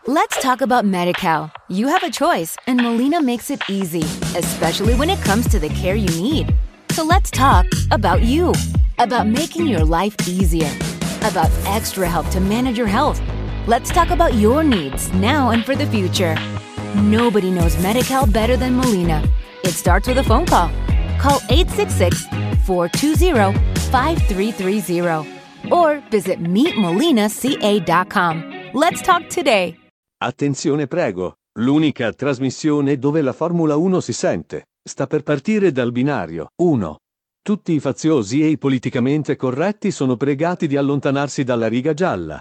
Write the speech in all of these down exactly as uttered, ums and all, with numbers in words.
Let's talk about Medi-Cal. You have a choice, and Molina makes it easy, especially when it comes to the care you need. So let's talk about you, about making your life easier, about extra help to manage your health. Let's talk about your needs now and for the future. Nobody knows Medi-Cal better than Molina. It starts with a phone call. Call eight six six, four two zero, five three three zero or visit meet molina c a dot com. Let's talk today. Attenzione prego, l'unica trasmissione dove la Formula uno si sente. Sta per partire dal binario uno. Tutti i faziosi e i politicamente corretti sono pregati di allontanarsi dalla riga gialla.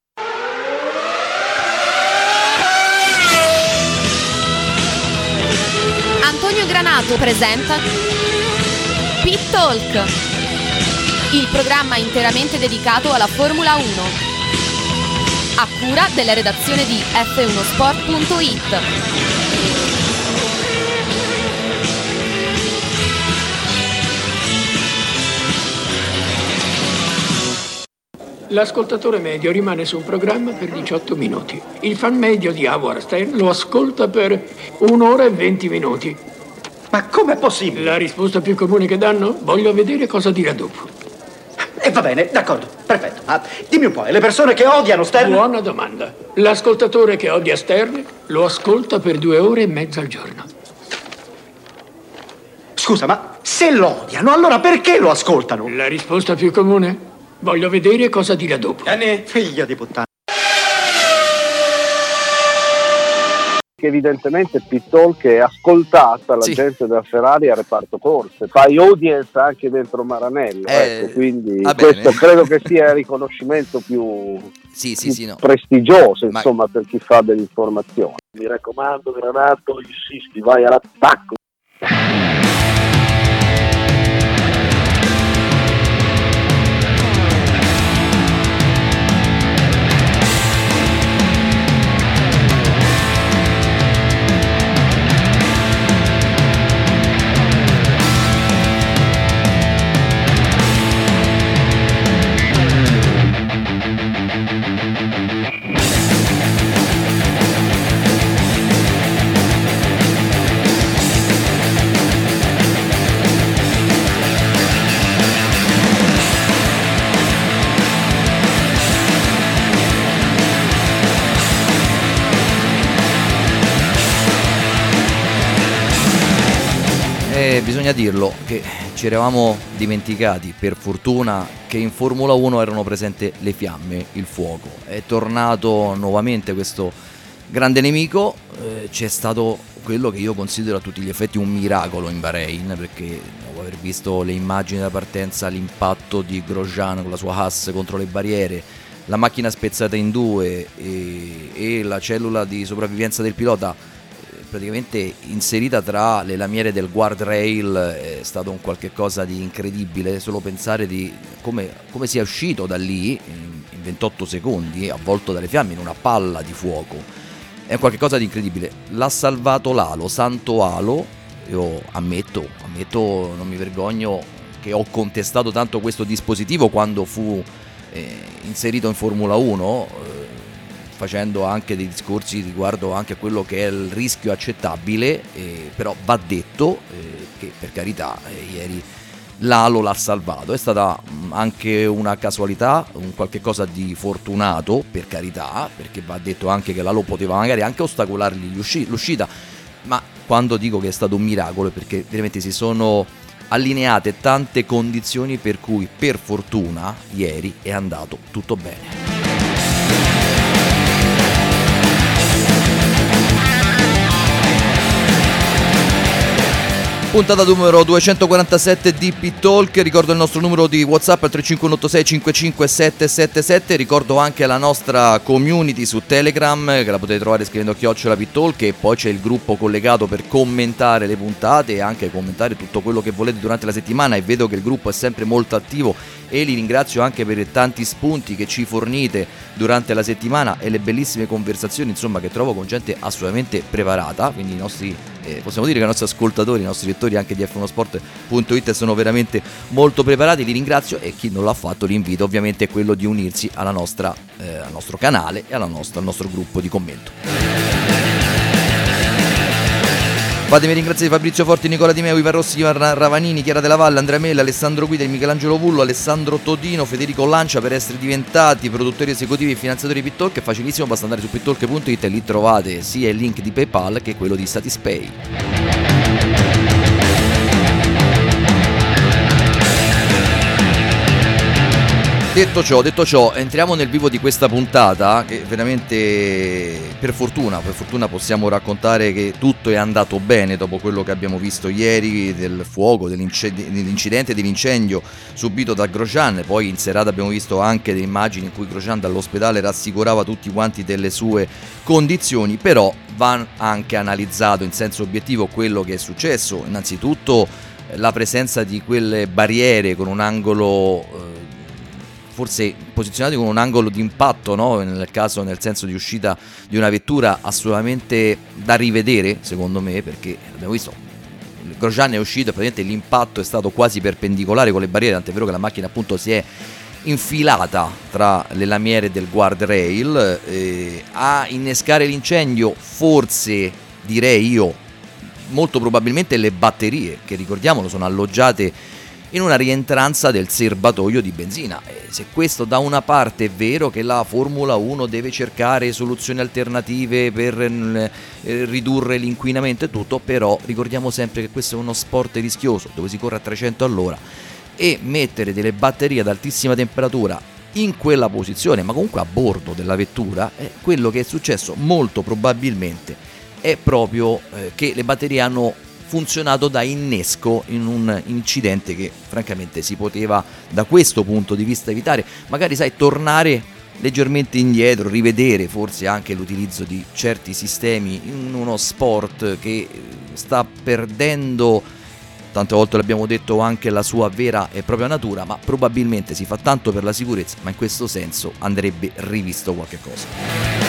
Antonio Granato presenta Pit Talk, il programma interamente dedicato alla Formula uno. A cura della redazione di effe uno sport punto it. L'ascoltatore medio rimane su un programma per diciotto minuti. Il fan medio di Howard Stern lo ascolta per un'ora e venti minuti. Ma com'è possibile? La risposta più comune che danno? Voglio vedere cosa dirà dopo. E eh, va bene, d'accordo, perfetto. Ah, dimmi un po', e le persone che odiano Stern? Buona domanda. L'ascoltatore che odia Stern lo ascolta per due ore e mezza al giorno. Scusa, ma se lo odiano, allora perché lo ascoltano? La risposta più comune? Voglio vedere cosa dirà dopo. Anni, figlia di puttana. Che evidentemente Pit Talk è ascoltata la Sì. gente della Ferrari al reparto corse, fai audience anche dentro Maranello, Eh, ecco, quindi va questo bene. credo che sia il riconoscimento più, Sì, sì, più sì, no. prestigioso, Ma- insomma, per chi fa dell'informazione. Mi raccomando, Granato, insisti, vai all'attacco. Eh, bisogna dirlo che ci eravamo dimenticati, per fortuna, che in Formula uno erano presenti le fiamme, il fuoco. È tornato nuovamente questo grande nemico, eh, c'è stato quello che io considero a tutti gli effetti un miracolo in Bahrain, perché dopo aver visto le immagini della partenza, l'impatto di Grosjean con la sua Haas contro le barriere, la macchina spezzata in due e, e la cellula di sopravvivenza del pilota praticamente inserita tra le lamiere del guardrail, è stato un qualche cosa di incredibile. Solo pensare di come, come sia uscito da lì in, in ventotto secondi, avvolto dalle fiamme in una palla di fuoco, è un qualche cosa di incredibile. L'ha salvato l'alo, santo alo. Io ammetto, ammetto, non mi vergogno, che ho contestato tanto questo dispositivo quando fu eh, inserito in Formula uno, eh, facendo anche dei discorsi riguardo anche a quello che è il rischio accettabile, eh, però va detto eh, che per carità eh, ieri l'alo l'ha salvato. È stata mh, anche una casualità, un qualche cosa di fortunato, per carità, perché va detto anche che l'alo poteva magari anche ostacolargli l'usci- l'uscita, ma quando dico che è stato un miracolo è perché veramente si sono allineate tante condizioni per cui per fortuna ieri è andato tutto bene. Puntata numero duecentoquarantasette di Pit Talk. Ricordo il nostro numero di WhatsApp al tre cinque uno otto sei cinque cinque sette sette sette. Ricordo anche la nostra community su Telegram, che la potete trovare scrivendo chiocciola Pit Talk, e poi c'è il gruppo collegato per commentare le puntate e anche commentare tutto quello che volete durante la settimana, e vedo che il gruppo è sempre molto attivo e li ringrazio anche per i tanti spunti che ci fornite durante la settimana e le bellissime conversazioni, insomma, che trovo con gente assolutamente preparata. Quindi i nostri eh, possiamo dire che i nostri ascoltatori, i nostri lettori anche di effe uno sport punto it sono veramente molto preparati, li ringrazio, e chi non l'ha fatto l'invito ovviamente è quello di unirsi alla nostra, eh, al nostro canale e alla nostra, al nostro gruppo di commento. Fatemi ringraziare Fabrizio Forti, Nicola Di Meo, Ivan Rossi, Ivan Ravanini, Chiara Della Valle, Andrea Mella, Alessandro Guida, Michelangelo Vullo, Alessandro Todino, Federico Lancia per essere diventati produttori esecutivi e finanziatori di Pittalk. È facilissimo, basta andare su pittalk punto it e lì trovate sia il link di PayPal che quello di Satispay. Detto ciò, detto ciò, entriamo nel vivo di questa puntata che veramente per fortuna, per fortuna possiamo raccontare che tutto è andato bene dopo quello che abbiamo visto ieri del fuoco, dell'incidente, dell'incendio subito da Grosjean. Poi in serata abbiamo visto anche delle immagini in cui Grosjean dall'ospedale rassicurava tutti quanti delle sue condizioni, però va anche analizzato in senso obiettivo quello che è successo. Innanzitutto la presenza di quelle barriere con un angolo eh, forse posizionati con un angolo di impatto, no? Nel caso, nel senso di uscita di una vettura, assolutamente da rivedere secondo me, perché abbiamo visto Grosjean è uscito e praticamente l'impatto è stato quasi perpendicolare con le barriere, tant'è vero che la macchina appunto si è infilata tra le lamiere del guardrail. Eh, a innescare l'incendio forse, direi io, molto probabilmente le batterie, che ricordiamolo sono alloggiate in una rientranza del serbatoio di benzina. E se questo da una parte è vero che la Formula uno deve cercare soluzioni alternative per eh, ridurre l'inquinamento e tutto, però ricordiamo sempre che questo è uno sport rischioso dove si corre a trecento all'ora, e mettere delle batterie ad altissima temperatura in quella posizione, ma comunque a bordo della vettura, è quello che è successo molto probabilmente è proprio eh, che le batterie hanno funzionato da innesco in un incidente che francamente si poteva da questo punto di vista evitare. Magari sai, tornare leggermente indietro, rivedere forse anche l'utilizzo di certi sistemi in uno sport che sta perdendo, tante volte l'abbiamo detto, anche la sua vera e propria natura, ma probabilmente si fa tanto per la sicurezza, ma in questo senso andrebbe rivisto qualche cosa.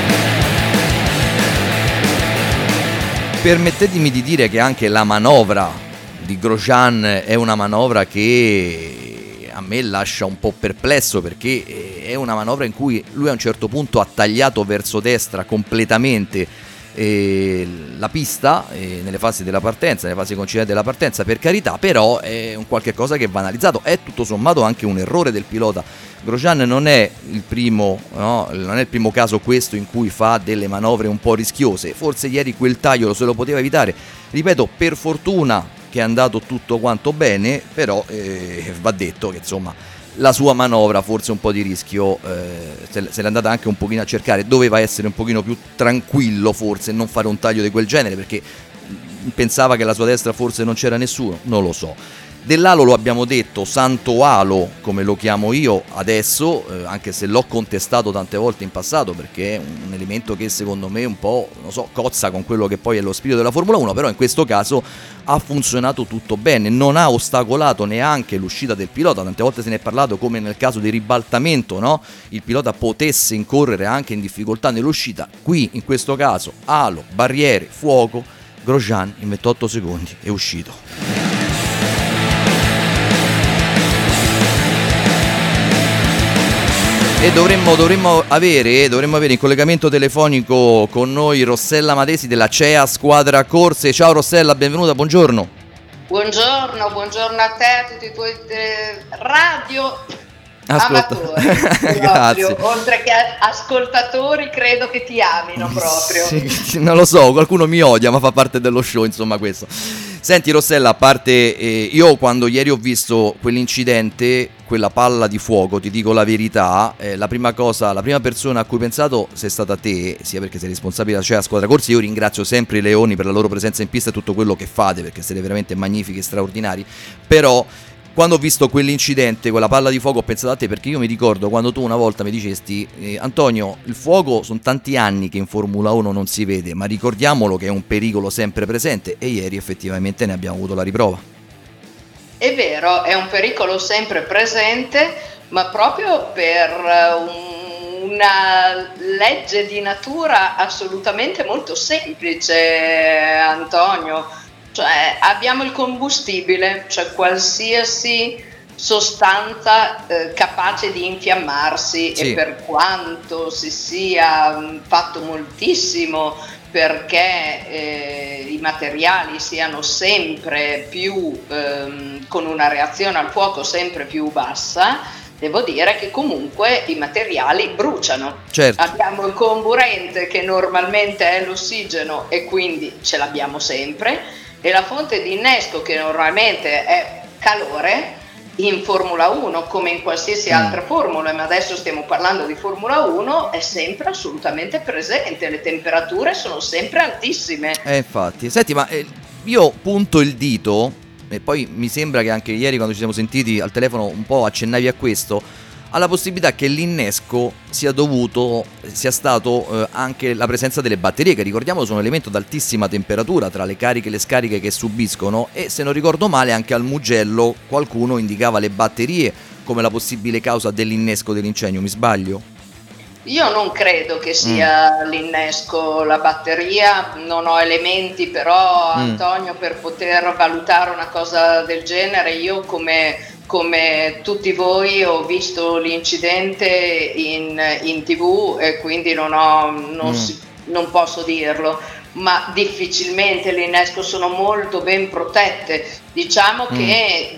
Permettetemi di dire che anche la manovra di Grosjean è una manovra che a me lascia un po' perplesso, perché è una manovra in cui lui a un certo punto ha tagliato verso destra completamente eh, la pista eh, nelle fasi della partenza, nelle fasi coincidenti della partenza, per carità, però è un qualche cosa che va analizzato. È tutto sommato anche un errore del pilota. Grosjean non è il primo, no? Non è il primo caso questo in cui fa delle manovre un po' rischiose. Forse ieri quel taglio lo se lo poteva evitare. Ripeto, per fortuna che è andato tutto quanto bene, però eh, va detto che insomma la sua manovra forse un po' di rischio eh, se, se l'è andata anche un pochino a cercare. Doveva essere un pochino più tranquillo forse, non fare un taglio di quel genere, perché pensava che alla sua destra forse non c'era nessuno, non lo so. Dell'halo lo abbiamo detto, santo halo come lo chiamo io adesso, eh, anche se l'ho contestato tante volte in passato, perché è un elemento che secondo me un po', non so, cozza con quello che poi è lo spirito della Formula uno, però in questo caso ha funzionato tutto bene, non ha ostacolato neanche l'uscita del pilota. Tante volte se ne è parlato come nel caso di ribaltamento, no? Il pilota potesse incorrere anche in difficoltà nell'uscita. Qui in questo caso halo, barriere, fuoco, Grosjean in ventotto secondi è uscito. E dovremmo, dovremmo, avere, dovremmo avere in collegamento telefonico con noi Rossella Matesi della C E A Squadra Corse. Ciao Rossella, benvenuta, buongiorno. Buongiorno, buongiorno a te, a tutti i tuoi eh, radio Ascolta. amatori. Grazie. Oltre che ascoltatori, credo che ti amino proprio. Sì, non lo so, qualcuno mi odia, ma fa parte dello show, insomma, questo. Senti Rossella, a parte eh, io quando ieri ho visto quell'incidente, quella palla di fuoco, ti dico la verità, eh, la prima cosa, la prima persona a cui ho pensato sei stata te, sia perché sei responsabile della C E A Squadra Corse. Io ringrazio sempre i Leoni per la loro presenza in pista e tutto quello che fate, perché siete veramente magnifici e straordinari, però quando ho visto quell'incidente, quella palla di fuoco, ho pensato a te, perché io mi ricordo quando tu una volta mi dicesti eh, Antonio, il fuoco sono tanti anni che in Formula uno non si vede, ma ricordiamolo che è un pericolo sempre presente, e ieri effettivamente ne abbiamo avuto la riprova. È vero, è un pericolo sempre presente, ma proprio per un una legge di natura assolutamente molto semplice, Antonio. Cioè, abbiamo il combustibile, cioè qualsiasi sostanza eh, capace di infiammarsi, sì. E per quanto si sia mh, fatto moltissimo perché eh, i materiali siano sempre più ehm, con una reazione al fuoco sempre più bassa, devo dire che comunque i materiali bruciano. Certo. Abbiamo il comburente che normalmente è l'ossigeno e quindi ce l'abbiamo sempre, e la fonte di innesco che normalmente è calore. In Formula uno, come in qualsiasi altra formula, ma adesso stiamo parlando di Formula uno, è sempre assolutamente presente, le temperature sono sempre altissime. Eh, infatti. Senti, ma eh, io punto il dito, e poi mi sembra che anche ieri quando ci siamo sentiti al telefono un po' accennavi a questo, alla possibilità che l'innesco sia dovuto, sia stato eh, anche la presenza delle batterie, che ricordiamo sono un elemento ad altissima temperatura tra le cariche e le scariche che subiscono, e se non ricordo male anche al Mugello qualcuno indicava le batterie come la possibile causa dell'innesco dell'incendio, mi sbaglio? Io non credo che sia mm. l'innesco, la batteria, non ho elementi, però mm. Antonio, per poter valutare una cosa del genere, io come... come tutti voi ho visto l'incidente in, in tivù e quindi non, ho, non, mm. si, non posso dirlo, ma difficilmente l'innesco, sono molto ben protette. Diciamo mm. che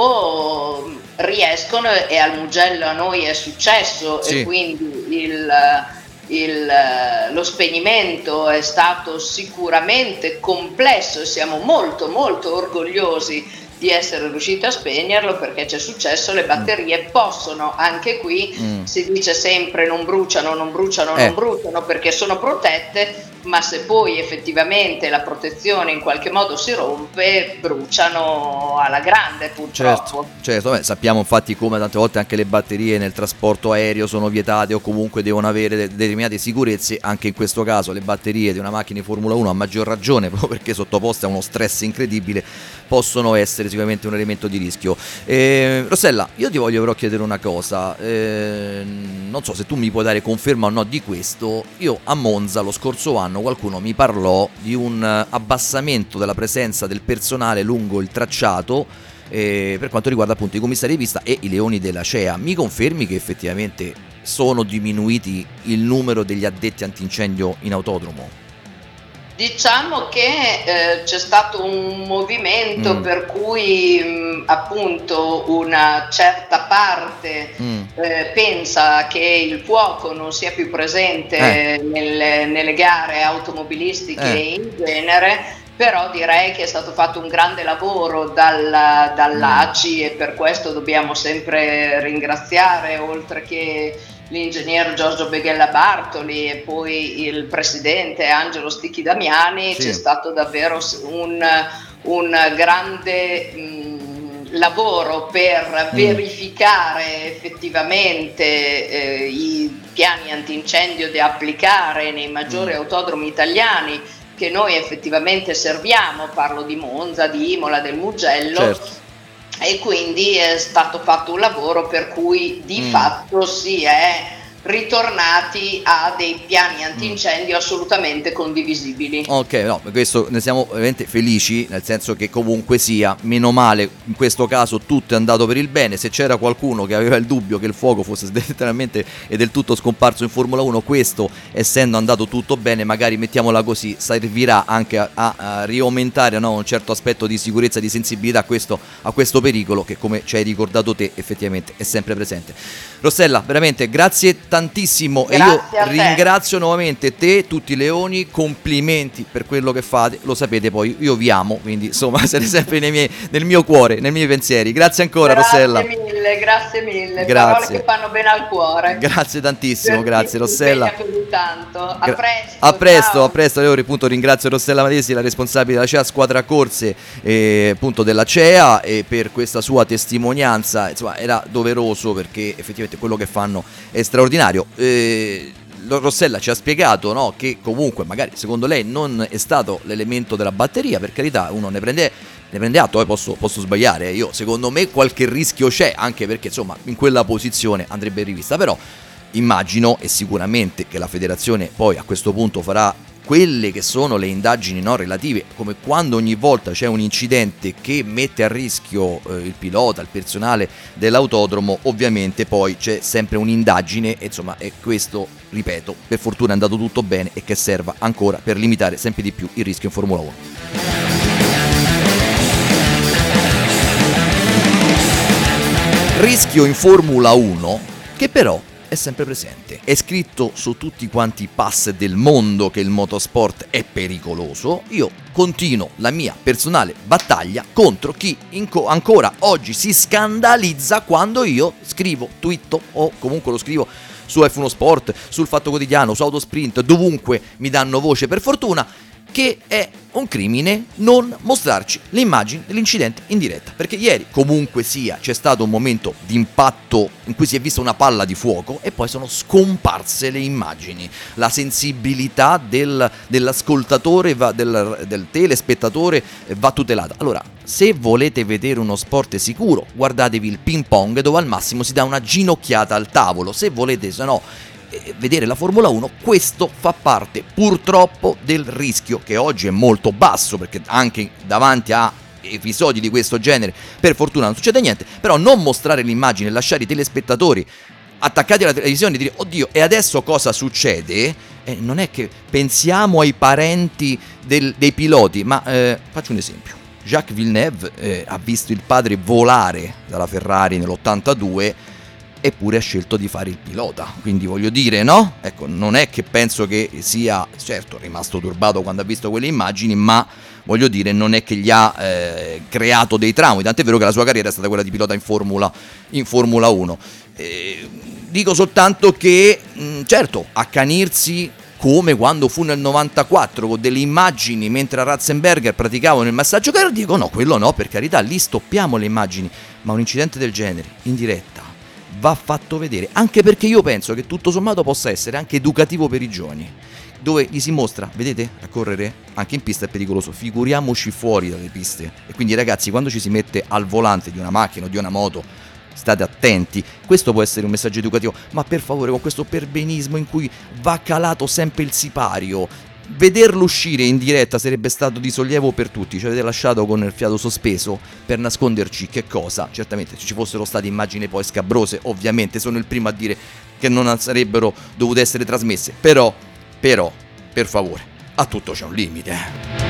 dopo riescono, e al Mugello a noi è successo, sì. E quindi il, il, lo spegnimento è stato sicuramente complesso e siamo molto molto orgogliosi di essere riusciti a spegnerlo, perché c'è successo, le batterie mm. possono, anche qui mm. si dice sempre non bruciano, non bruciano, eh. non bruciano perché sono protette, ma se poi effettivamente la protezione in qualche modo si rompe, bruciano alla grande, purtroppo. Certo, certo. Beh, sappiamo infatti come tante volte anche le batterie nel trasporto aereo sono vietate o comunque devono avere de- determinate sicurezze. Anche in questo caso le batterie di una macchina di Formula uno, a maggior ragione proprio perché sottoposte a uno stress incredibile, possono essere sicuramente un elemento di rischio. eh, Rossella, io ti voglio però chiedere una cosa, eh, non so se tu mi puoi dare conferma o no di questo. Io a Monza lo scorso anno qualcuno mi parlò di un abbassamento della presenza del personale lungo il tracciato eh, per quanto riguarda appunto i commissari di pista e i leoni della C E A. Mi confermi che effettivamente sono diminuiti il numero degli addetti antincendio in autodromo? Diciamo che eh, c'è stato un movimento mm. per cui mh, appunto una certa parte mm. eh, pensa che il fuoco non sia più presente eh. nelle, nelle gare automobilistiche eh. in genere, però direi che è stato fatto un grande lavoro dal, dall'A C I mm. e per questo dobbiamo sempre ringraziare, oltre che l'ingegner Giorgio Beghella Bartoli e poi il presidente Angelo Sticchi Damiani, sì. C'è stato davvero un, un grande mh, lavoro per mm. verificare effettivamente eh, i piani antincendio da applicare nei maggiori mm. autodromi italiani che noi effettivamente serviamo, parlo di Monza, di Imola, del Mugello. Certo. E quindi è stato fatto un lavoro per cui di mm. fatto si è ritornati a dei piani antincendio assolutamente condivisibili. Ok, no, per questo ne siamo veramente felici, nel senso che comunque sia, meno male, in questo caso tutto è andato per il bene. Se c'era qualcuno che aveva il dubbio che il fuoco fosse letteralmente e del tutto scomparso in Formula uno, questo, essendo andato tutto bene, magari mettiamola così, servirà anche a, a, a riaumentare, no, un certo aspetto di sicurezza, di sensibilità a questo, a questo pericolo che, come ci hai ricordato te, effettivamente è sempre presente. Rossella, veramente grazie tantissimo. Grazie, e io ringrazio nuovamente te, tutti i leoni, complimenti per quello che fate, lo sapete, poi io vi amo, quindi insomma siete sempre nei miei, nel mio cuore, nei miei pensieri. Grazie ancora, grazie Rossella. Grazie mille, grazie mille, grazie. Parole che fanno bene al cuore. Grazie tantissimo, grazie Rossella. Così tanto. A Gra- presto. A presto, ciao. a presto. Io appunto ringrazio Rossella Matesi, la responsabile della C E A Squadra Corse eh, appunto della C E A, e per questa sua testimonianza, insomma, era doveroso perché effettivamente quello che fanno è straordinario. Eh, Rossella ci ha spiegato, no, che comunque magari secondo lei non è stato l'elemento della batteria, per carità, uno ne prende, ne prende atto, eh, posso, posso sbagliare, io secondo me qualche rischio c'è, anche perché insomma in quella posizione andrebbe rivista, però immagino, e sicuramente che la federazione poi a questo punto farà quelle che sono le indagini non relative, come quando ogni volta c'è un incidente che mette a rischio eh, il pilota, il personale dell'autodromo, ovviamente poi c'è sempre un'indagine e insomma è questo, ripeto, per fortuna è andato tutto bene e che serva ancora per limitare sempre di più il rischio in Formula uno. Rischio in Formula uno che però è sempre presente. È scritto su tutti quanti i pass del mondo che il motorsport è pericoloso. Io continuo la mia personale battaglia contro chi inco- ancora oggi si scandalizza quando io scrivo, twitto o comunque lo scrivo su F uno Sport, sul Fatto Quotidiano, su Autosprint, dovunque mi danno voce per fortuna, che è un crimine non mostrarci le immagini dell'incidente in diretta, perché ieri comunque sia c'è stato un momento di impatto in cui si è vista una palla di fuoco e poi sono scomparse le immagini. La sensibilità del, dell'ascoltatore, va, del, del telespettatore va tutelata. Allora, se volete vedere uno sport sicuro, guardatevi il ping pong, dove al massimo si dà una ginocchiata al tavolo. Se volete, se no, vedere la Formula uno, questo fa parte purtroppo del rischio, che oggi è molto basso, perché anche davanti a episodi di questo genere per fortuna non succede niente, però non mostrare l'immagine e lasciare i telespettatori attaccati alla televisione e dire oddio e adesso cosa succede, eh, non è che pensiamo ai parenti del, dei piloti, ma eh, faccio un esempio. Jacques Villeneuve eh, ha visto il padre volare dalla Ferrari nell'ottantadue, eppure ha scelto di fare il pilota, quindi voglio dire, no? Ecco, non è che penso che sia, certo, è rimasto turbato quando ha visto quelle immagini, ma voglio dire, non è che gli ha eh, creato dei traumi, tant'è vero che la sua carriera è stata quella di pilota in Formula, in Formula uno. Eh, dico soltanto che, mh, certo, accanirsi come quando fu nel novantaquattro con delle immagini mentre a Ratzenberger praticavano il massaggio cardiaco, no, quello no, per carità, lì stoppiamo le immagini, ma un incidente del genere, in diretta, va fatto vedere, anche perché io penso che tutto sommato possa essere anche educativo per i giovani, dove gli si mostra, vedete, a correre anche in pista è pericoloso, figuriamoci fuori dalle piste. E quindi ragazzi, quando ci si mette al volante di una macchina o di una moto, state attenti, questo può essere un messaggio educativo, ma per favore, con questo perbenismo in cui va calato sempre il sipario, vederlo uscire in diretta sarebbe stato di sollievo per tutti. Ci avete lasciato con il fiato sospeso per nasconderci che cosa? Certamente se ci fossero state immagini poi scabrose, ovviamente sono il primo a dire che non sarebbero dovute essere trasmesse, però, però, per favore, a tutto c'è un limite.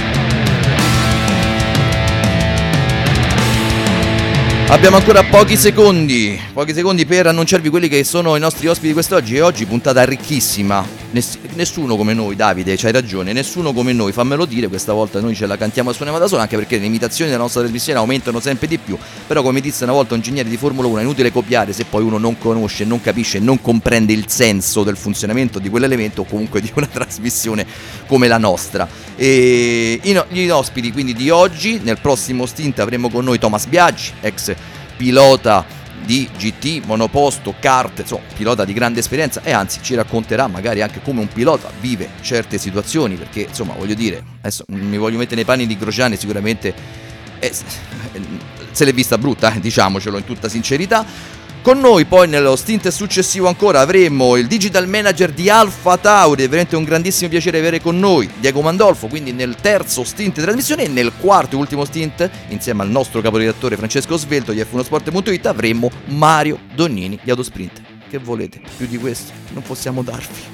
Abbiamo ancora pochi secondi, pochi secondi per annunciarvi quelli che sono i nostri ospiti di quest'oggi. E oggi puntata ricchissima. Ness- nessuno come noi, Davide, c'hai ragione, nessuno come noi, fammelo dire, questa volta noi ce la cantiamo e suoniamo da sola, anche perché le imitazioni della nostra trasmissione aumentano sempre di più. Però come disse una volta un ingegnere di Formula uno, è inutile copiare se poi uno non conosce, non capisce, non comprende il senso del funzionamento di quell'elemento o comunque di una trasmissione come la nostra. E gli ospiti quindi di oggi, nel prossimo stint avremo con noi Thomas Biaggi, ex pilota di G T, monoposto, kart, insomma pilota di grande esperienza, e anzi ci racconterà magari anche come un pilota vive certe situazioni, perché insomma voglio dire, adesso mi voglio mettere nei panni di Grosjean, sicuramente eh, se l'è vista brutta, eh, diciamocelo in tutta sincerità. Con noi poi nello stint successivo ancora avremo il digital manager di Alfa Tauri, è veramente un grandissimo piacere avere con noi Diego Mandolfo, quindi nel terzo stint di trasmissione, e nel quarto e ultimo stint insieme al nostro capodirettore Francesco Svelto di F uno Sport punto it avremo Mario Donnini di Autosprint. Che volete? Più di questo non possiamo darvi.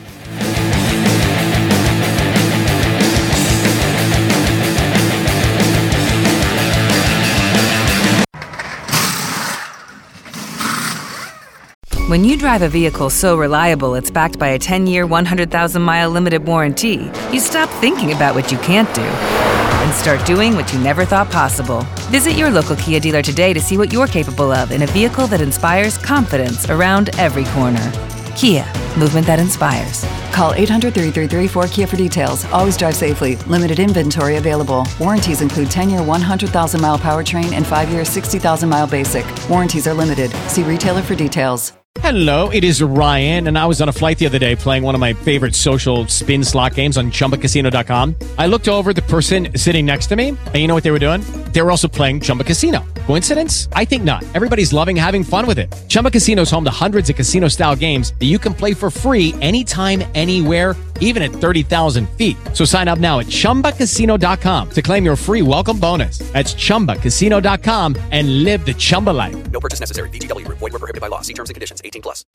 When you drive a vehicle so reliable it's backed by a ten-year, one hundred thousand mile limited warranty, you stop thinking about what you can't do and start doing what you never thought possible. Visit your local Kia dealer today to see what you're capable of in a vehicle that inspires confidence around every corner. Kia, movement that inspires. Call eight hundred, three three three, four Kia for details. Always drive safely. Limited inventory available. Warranties include ten-year, one hundred thousand mile powertrain and five-year, sixty thousand mile basic. Warranties are limited. See retailer for details. Hello, it is Ryan, and I was on a flight the other day playing one of my favorite social spin slot games on Chumba Casino dot com. I looked over at the person sitting next to me, and you know what they were doing? They were also playing Chumba Casino. Coincidence? I think not. Everybody's loving having fun with it. Chumba Casino is home to hundreds of casino-style games that you can play for free anytime, anywhere, even at thirty thousand feet. So sign up now at chumba casino dot com to claim your free welcome bonus. That's chumba casino dot com and live the Chumba life. No purchase necessary. V G W. Void where prohibited by law. See terms and conditions. eighteen plus.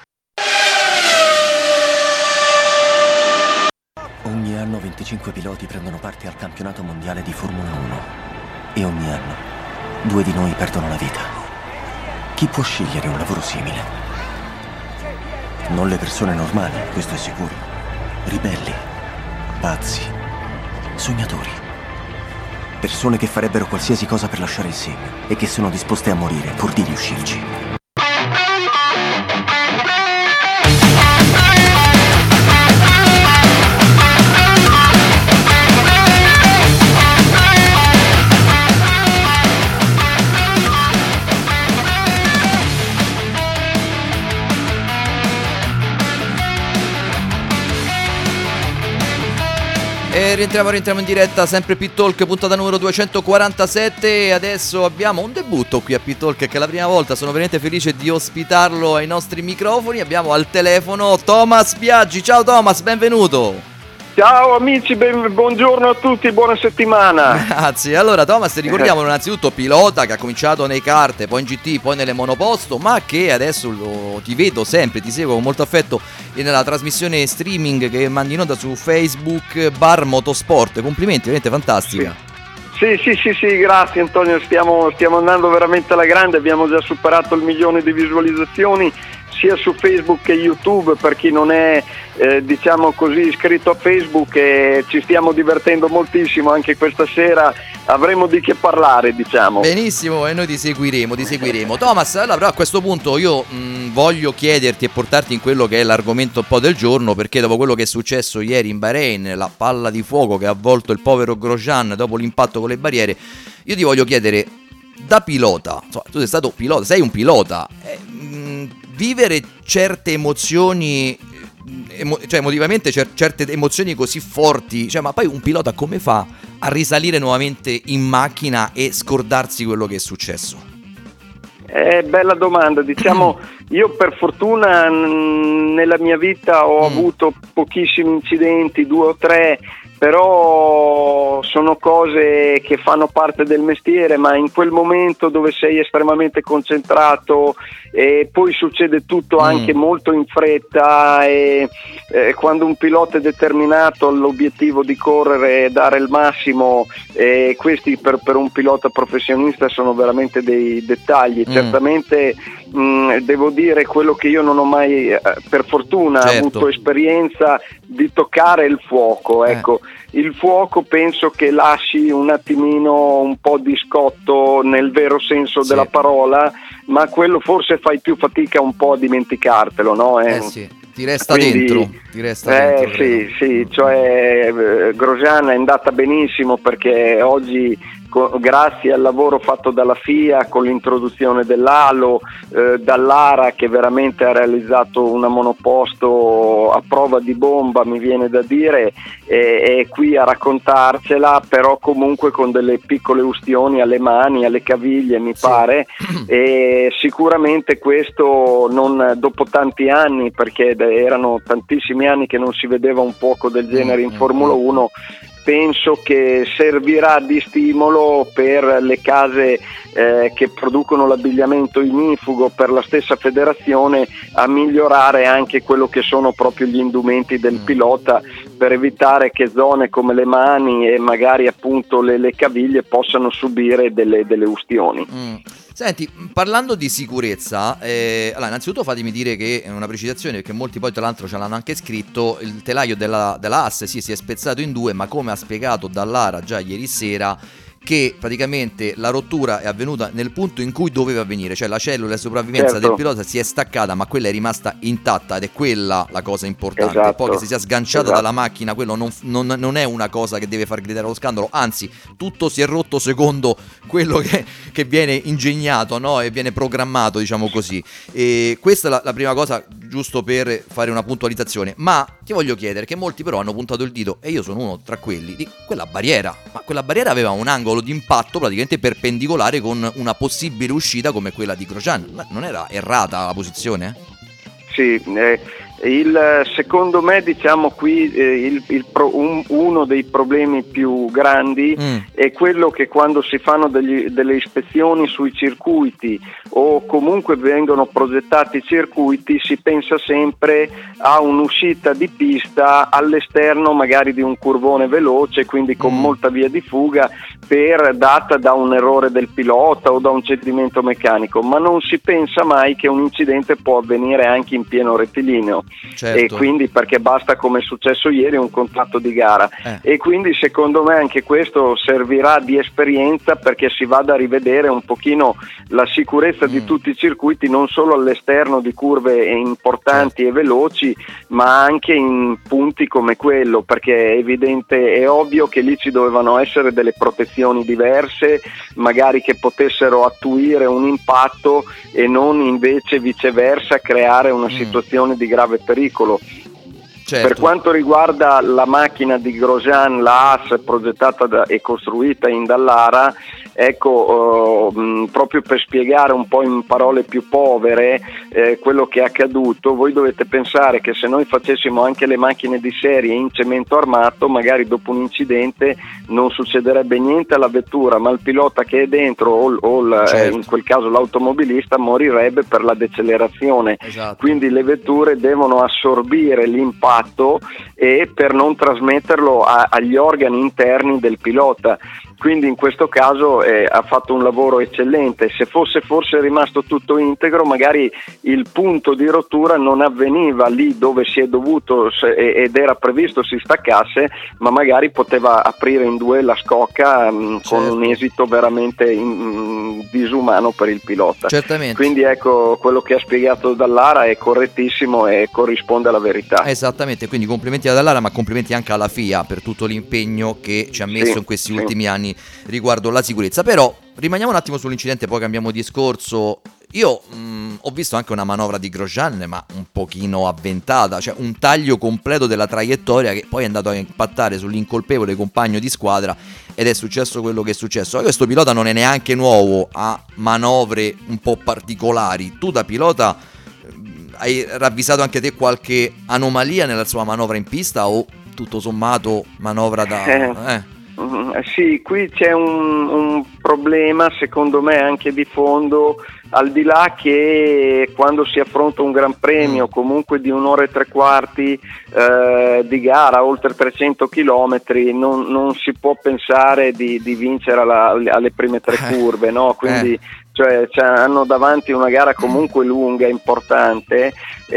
Ogni anno venticinque piloti prendono parte al campionato mondiale di Formula uno e ogni anno due di noi perdono la vita. Chi può scegliere un lavoro simile? Non le persone normali, questo è sicuro. Ribelli, pazzi, sognatori. Persone che farebbero qualsiasi cosa per lasciare il segno e che sono disposte a morire pur di riuscirci. E rientriamo, rientriamo in diretta, sempre Pit Talk, puntata numero duecentoquarantasette. E adesso abbiamo un debutto qui a Pit Talk, che è la prima volta, sono veramente felice di ospitarlo ai nostri microfoni. Abbiamo al telefono Thomas Biaggi. Ciao Thomas, benvenuto. Ciao amici, ben, buongiorno a tutti, buona settimana. Grazie. Allora Thomas, ti ricordiamo innanzitutto pilota che ha cominciato nei kart, poi in G T, poi nelle monoposto, ma che adesso lo, ti vedo sempre, ti seguo con molto affetto nella trasmissione streaming che mandi in onda su Facebook Bar Motorsport. Complimenti, veramente fantastica. Sì, sì, sì, sì, grazie Antonio, stiamo, stiamo andando veramente alla grande, abbiamo già superato il milione di visualizzazioni sia su Facebook che YouTube, per chi non è eh, diciamo così iscritto a Facebook, e ci stiamo divertendo moltissimo anche questa sera, avremo di che parlare, diciamo. Benissimo, e noi ti seguiremo, ti seguiremo. Thomas, allora però a questo punto io mh, voglio chiederti e portarti in quello che è l'argomento un po' del giorno, perché dopo quello che è successo ieri in Bahrain, la palla di fuoco che ha avvolto il povero Grosjean dopo l'impatto con le barriere, io ti voglio chiedere, da pilota, insomma, tu sei stato pilota, sei un pilota, eh, mh, vivere certe emozioni, emo- cioè emotivamente cer- certe emozioni così forti, cioè ma poi un pilota come fa a risalire nuovamente in macchina e scordarsi quello che è successo? Eh, bella domanda, diciamo io per fortuna n- nella mia vita ho mm. avuto pochissimi incidenti, due o tre, però sono cose che fanno parte del mestiere, ma in quel momento dove sei estremamente concentrato e poi succede tutto anche mm. molto in fretta, e eh, quando un pilota è determinato all'obiettivo di correre e dare il massimo, e questi per, per un pilota professionista sono veramente dei dettagli. mm. Certamente mh, devo dire quello che io non ho mai eh, per fortuna certo. avuto esperienza di toccare il fuoco, ecco. eh. Il fuoco penso che lasci un attimino un po' di scotto nel vero senso sì. della parola, ma quello forse fai più fatica un po' a dimenticartelo, no? Eh, eh sì, ti resta Quindi, dentro. Ti resta eh, dentro sì, sì, cioè eh, Grosjean è andata benissimo perché oggi co- grazie al lavoro fatto dalla F I A con l'introduzione dell'Halo, eh, dall'Ara che veramente ha realizzato una monoposto a prova di bomba, mi viene da dire, e è qui a raccontarcela, però comunque con delle piccole ustioni alle mani, alle caviglie mi sì. pare, e sicuramente questo non dopo tanti anni, perché erano tantissimi anni che non si vedeva un fuoco del genere in Formula uno, penso che servirà di stimolo per le case eh, che producono l'abbigliamento ignifugo, per la stessa federazione, a migliorare anche quello che sono proprio gli indumenti del pilota, per evitare che zone come le mani e magari appunto le, le caviglie possano subire delle, delle ustioni. Mm. Senti, parlando di sicurezza, eh, allora innanzitutto fatemi dire che è una precisazione, perché molti poi tra l'altro ce l'hanno anche scritto, il telaio della, della asse sì, si è spezzato in due, ma come ha spiegato Dallara già ieri sera, che praticamente la rottura è avvenuta nel punto in cui doveva avvenire, cioè la cellula di sopravvivenza certo. del pilota si è staccata, ma quella è rimasta intatta ed è quella la cosa importante. Esatto. Poi che si sia sganciata esatto. dalla macchina, quello non, non, non è una cosa che deve far gridare allo scandalo, anzi tutto si è rotto secondo quello che, che viene ingegnato, no? E viene programmato, diciamo così. E questa è la, la prima cosa, giusto per fare una puntualizzazione. Ma ti voglio chiedere, che molti però hanno puntato il dito, e io sono uno tra quelli, di quella barriera, ma quella barriera aveva un angolo angolo di impatto praticamente perpendicolare con una possibile uscita come quella di Grosjean. Ma non era errata la posizione? Sì, eh, il, secondo me diciamo qui eh, il, il pro, un, uno dei problemi più grandi mm. è quello che quando si fanno degli, delle ispezioni sui circuiti o comunque vengono progettati circuiti, si pensa sempre a un'uscita di pista all'esterno magari di un curvone veloce, quindi con mm. molta via di fuga, per data da un errore del pilota o da un cedimento meccanico, ma non si pensa mai che un incidente può avvenire anche in pieno rettilineo. Certo. E quindi perché basta, come è successo ieri, un contatto di gara eh. e quindi secondo me anche questo servirà di esperienza perché si vada a rivedere un pochino la sicurezza mm. di tutti i circuiti, non solo all'esterno di curve importanti certo. e veloci, ma anche in punti come quello, perché è evidente, è ovvio che lì ci dovevano essere delle protezioni diverse, magari che potessero attuire un impatto e non invece viceversa creare una mm. situazione di grave pericolo. Certo. Per quanto riguarda la macchina di Grosjean, la Haas, progettata da, e costruita in Dallara, ecco, uh, mh, proprio per spiegare un po' in parole più povere eh, quello che è accaduto, voi dovete pensare che se noi facessimo anche le macchine di serie in cemento armato, magari dopo un incidente non succederebbe niente alla vettura, ma il pilota che è dentro o, o l, certo. eh, in quel caso l'automobilista morirebbe per la decelerazione. Esatto. Quindi le vetture devono assorbire l'impatto e per non trasmetterlo a, agli organi interni del pilota. Quindi in questo caso eh, ha fatto un lavoro eccellente. Se fosse forse rimasto tutto integro, magari il punto di rottura non avveniva lì dove si è dovuto se, ed era previsto si staccasse, ma magari poteva aprire in due la scocca mh, certo. con un esito veramente in, mh, disumano per il pilota. Certamente. Quindi ecco, quello che ha spiegato Dallara è correttissimo e corrisponde alla verità. Esattamente, quindi complimenti a Dallara, ma complimenti anche alla F I A per tutto l'impegno che ci ha messo sì, in questi sì. ultimi anni riguardo la sicurezza. Però rimaniamo un attimo sull'incidente, poi cambiamo discorso. Io mh, ho visto anche una manovra di Grosjean, ma un pochino avventata, cioè un taglio completo della traiettoria che poi è andato a impattare sull'incolpevole compagno di squadra ed è successo quello che è successo. Questo pilota non è neanche nuovo a manovre un po' particolari. Tu da pilota hai ravvisato anche te qualche anomalia nella sua manovra in pista o tutto sommato manovra da... Eh. Mm, sì, qui c'è un, un problema secondo me anche di fondo, al di là che quando si affronta un Gran Premio comunque di un'ora e tre quarti eh, di gara, oltre trecento chilometri, non, non si può pensare di, di vincere alla, alle prime tre curve, no? Quindi eh. cioè, cioè hanno davanti una gara comunque lunga, importante,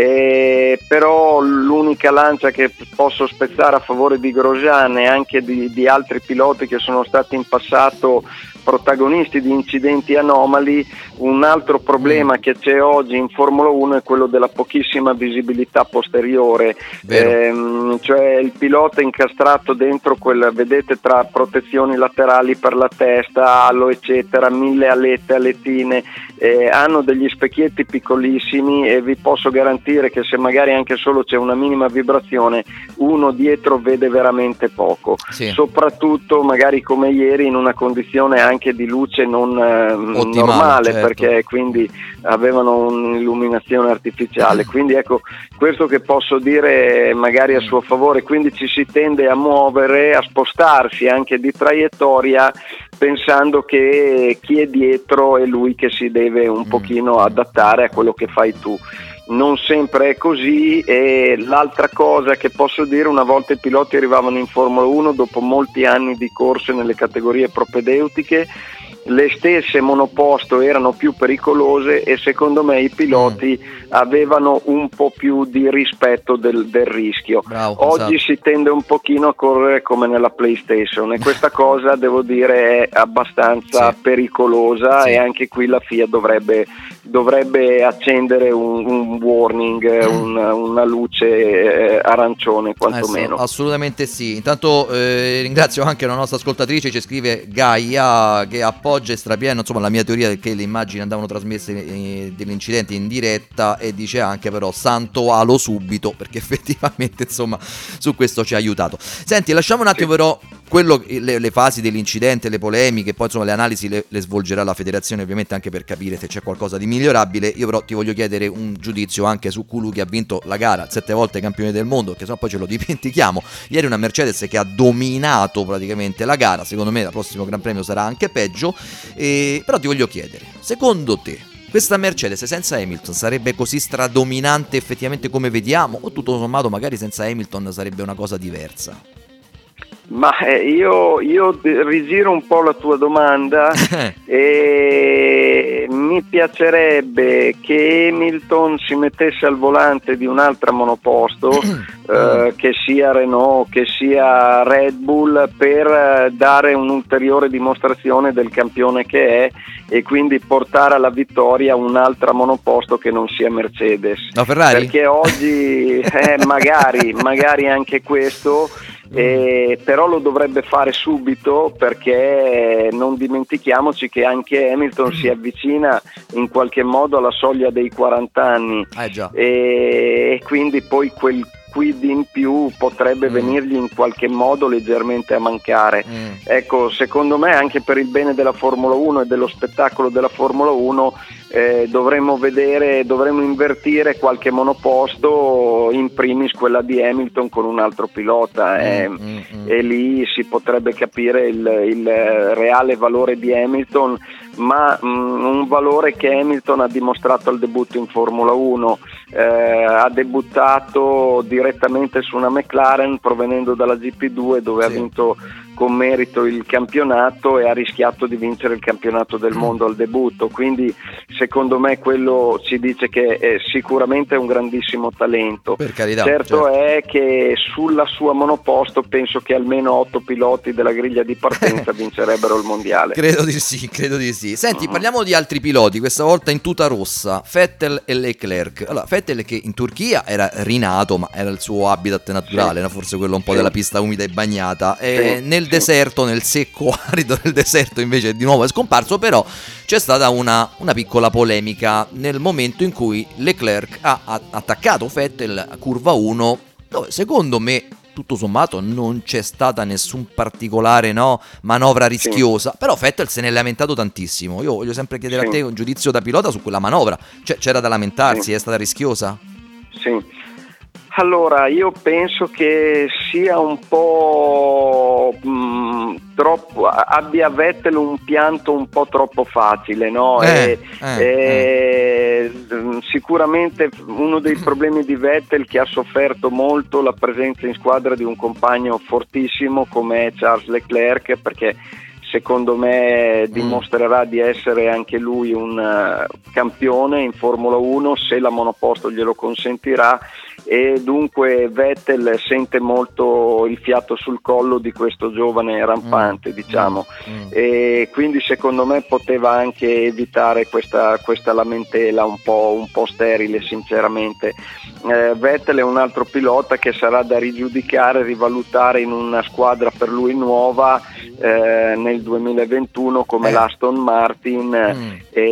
eh, però l'unica lancia che posso spezzare a favore di Grosjean e anche di, di altri piloti che sono stati in passato protagonisti di incidenti anomali, un altro problema che c'è oggi in Formula uno è quello della pochissima visibilità posteriore, ehm, cioè il pilota incastrato dentro quel, vedete, tra protezioni laterali per la testa, alo eccetera, mille alette, alettine, eh, hanno degli specchietti piccolissimi e vi posso garantire che se magari anche solo c'è una minima vibrazione, uno dietro vede veramente poco, sì. soprattutto magari come ieri in una condizione anche anche di luce non eh, Ottimale, normale, certo. perché quindi avevano un'illuminazione artificiale, quindi ecco questo che posso dire magari a suo favore. Quindi ci si tende a muovere, a spostarsi anche di traiettoria pensando che chi è dietro è lui che si deve un mm. pochino adattare a quello che fai tu. Non sempre è così, e l'altra cosa che posso dire, una volta i piloti arrivavano in Formula uno dopo molti anni di corse nelle categorie propedeutiche, le stesse monoposto erano più pericolose e secondo me i piloti mm. avevano un po' più di rispetto del, del rischio. Bravo, oggi esatto. si tende un pochino a correre come nella PlayStation e questa cosa devo dire è abbastanza sì. pericolosa sì. e anche qui la F I A dovrebbe dovrebbe accendere un, un warning, un, una luce eh, arancione quantomeno. Eh, assolutamente sì. Intanto eh, ringrazio anche la nostra ascoltatrice, ci scrive Gaia che appoggia e strapieno insomma la mia teoria che le immagini andavano trasmesse eh, dell'incidente in diretta, e dice anche però santo alo subito, perché effettivamente insomma su questo ci ha aiutato. Senti, lasciamo un attimo sì. però quello, le, le fasi dell'incidente, le polemiche, poi insomma le analisi le, le svolgerà la federazione ovviamente anche per capire se c'è qualcosa di migliorabile. Io però ti voglio chiedere un giudizio anche su colui che ha vinto la gara, sette volte campione del mondo, che sennò poi ce lo dimentichiamo. Ieri una Mercedes che ha dominato praticamente la gara, secondo me il prossimo Gran Premio sarà anche peggio, e, però ti voglio chiedere, secondo te questa Mercedes senza Hamilton sarebbe così stradominante effettivamente come vediamo, o tutto sommato magari senza Hamilton sarebbe una cosa diversa? Ma eh, io, io rigiro un po' la tua domanda e mi piacerebbe che Hamilton si mettesse al volante di un'altra monoposto, eh, che sia Renault, che sia Red Bull, per dare un'ulteriore dimostrazione del campione che è e quindi portare alla vittoria un'altra monoposto che non sia Mercedes. La Ferrari? Perché oggi eh, magari, magari anche questo. Eh, però lo dovrebbe fare subito, perché non dimentichiamoci che anche Hamilton si avvicina in qualche modo alla soglia dei quaranta anni, eh già. E quindi poi quel quid in più potrebbe mm. venirgli in qualche modo leggermente a mancare. Mm. Ecco, secondo me anche per il bene della Formula uno e dello spettacolo della Formula uno eh, dovremmo vedere, dovremmo invertire qualche monoposto, in primis quella di Hamilton con un altro pilota, eh, mm, mm, e lì si potrebbe capire il, il reale valore di Hamilton, ma mh, un valore che Hamilton ha dimostrato al debutto in Formula uno. Eh, ha debuttato direttamente su una McLaren provenendo dalla G P due, dove sì. ha vinto con merito il campionato e ha rischiato di vincere il campionato del mondo al debutto, quindi secondo me quello ci dice che è sicuramente un grandissimo talento. Per carità, certo, certo è che sulla sua monoposto penso che almeno otto piloti della griglia di partenza vincerebbero il mondiale. Credo di sì, credo di sì. Senti, uh-huh. parliamo di altri piloti, questa volta in tuta rossa, Vettel e Leclerc. Allora, Vettel che in Turchia era rinato, ma era il suo habitat naturale, sì. era forse quello un po' sì. della pista umida e bagnata, e sì. nel deserto, nel secco arido del deserto invece di nuovo è scomparso. Però c'è stata una, una piccola polemica nel momento in cui Leclerc ha, ha attaccato Vettel a curva uno, dove secondo me tutto sommato non c'è stata nessun particolare no, manovra rischiosa, sì. però Vettel se ne è lamentato tantissimo. Io voglio sempre chiedere sì. a te un giudizio da pilota su quella manovra, cioè c'era da lamentarsi, sì. è stata rischiosa? Sì. Allora, io penso che sia un po' mh, troppo, abbia Vettel un pianto un po' troppo facile, no? Eh, e, eh, e, eh. Sicuramente uno dei problemi di Vettel, che ha sofferto molto la presenza in squadra di un compagno fortissimo come Charles Leclerc, perché secondo me dimostrerà di essere anche lui un uh, campione in Formula uno se la monoposto glielo consentirà, e dunque Vettel sente molto il fiato sul collo di questo giovane rampante, mm. diciamo, mm. e quindi secondo me poteva anche evitare questa, questa lamentela un po', un po' sterile, sinceramente. eh, Vettel è un altro pilota che sarà da rigiudicare, rivalutare in una squadra per lui nuova eh, nel duemilaventuno come eh. l'Aston Martin, mm.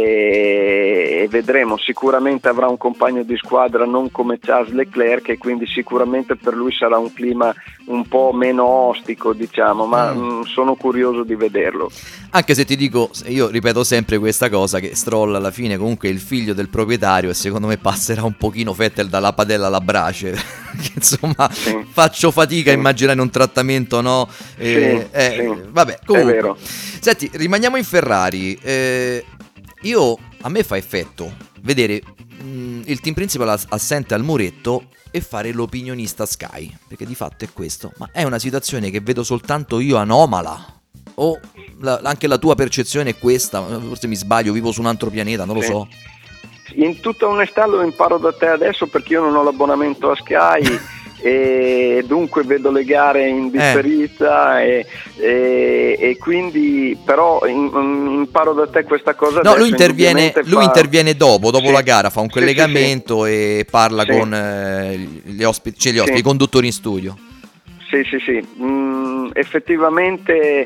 e, e vedremo. Sicuramente avrà un compagno di squadra non come Charles Leclerc, e quindi sicuramente per lui sarà un clima un po' meno ostico, diciamo, ma mm. mh, sono curioso di vederlo. Anche se ti dico, io ripeto sempre questa cosa, che Stroll alla fine comunque è il figlio del proprietario, e secondo me passerà un pochino Vettel dalla padella alla brace. Insomma, sì. faccio fatica sì. a immaginare un trattamento, no? Eh, sì, eh, sì. Vabbè, comunque. È vero. Senti, rimaniamo in Ferrari. Eh, io, a me fa effetto vedere mh, il team principal assente al muretto e fare l'opinionista Sky, perché di fatto è questo. Ma è una situazione che vedo soltanto io anomala, o la, anche la tua percezione è questa? Forse mi sbaglio, vivo su un altro pianeta, non lo sì. so. In tutta onestà lo imparo da te adesso, perché io non ho l'abbonamento a Sky e dunque vedo le gare in differita eh. e, e, e quindi però in, imparo da te questa cosa. No, lui interviene, fa... lui interviene dopo, dopo sì. la gara, fa un collegamento sì, sì, sì. e parla sì. con eh, gli ospiti, cioè gli ospiti, sì. i conduttori in studio. Sì, sì, sì. Mm, effettivamente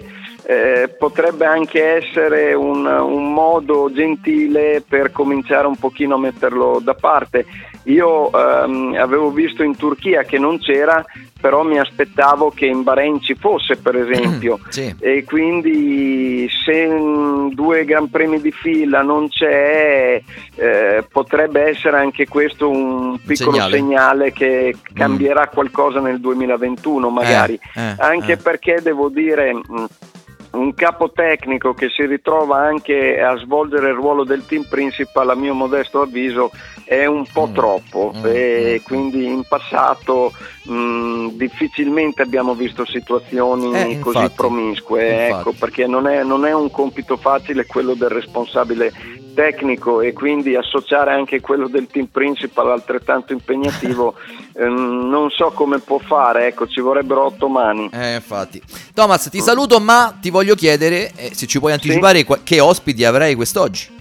eh, potrebbe anche essere un, un modo gentile per cominciare un pochino a metterlo da parte. Io ehm, avevo visto in Turchia che non c'era, però mi aspettavo che in Bahrain ci fosse, per esempio, sì. E quindi se in due Gran Premi di fila non c'è, eh, potrebbe essere anche questo un piccolo segnale, segnale che cambierà mm. qualcosa nel duemilaventuno magari, eh, eh, anche eh. perché devo dire... Mh, un capo tecnico che si ritrova anche a svolgere il ruolo del team principal, a mio modesto avviso, è un po' mm. troppo mm. e quindi in passato mh, difficilmente abbiamo visto situazioni eh, così infatti, promiscue, infatti. ecco, perché non è, non è un compito facile quello del responsabile tecnico, e quindi associare anche quello del team principal altrettanto impegnativo ehm, non so come può fare, ecco, ci vorrebbero otto mani. Eh, infatti. Thomas, ti saluto, ma ti voglio chiedere eh, se ci puoi anticipare sì? qua- che ospiti avrai quest'oggi.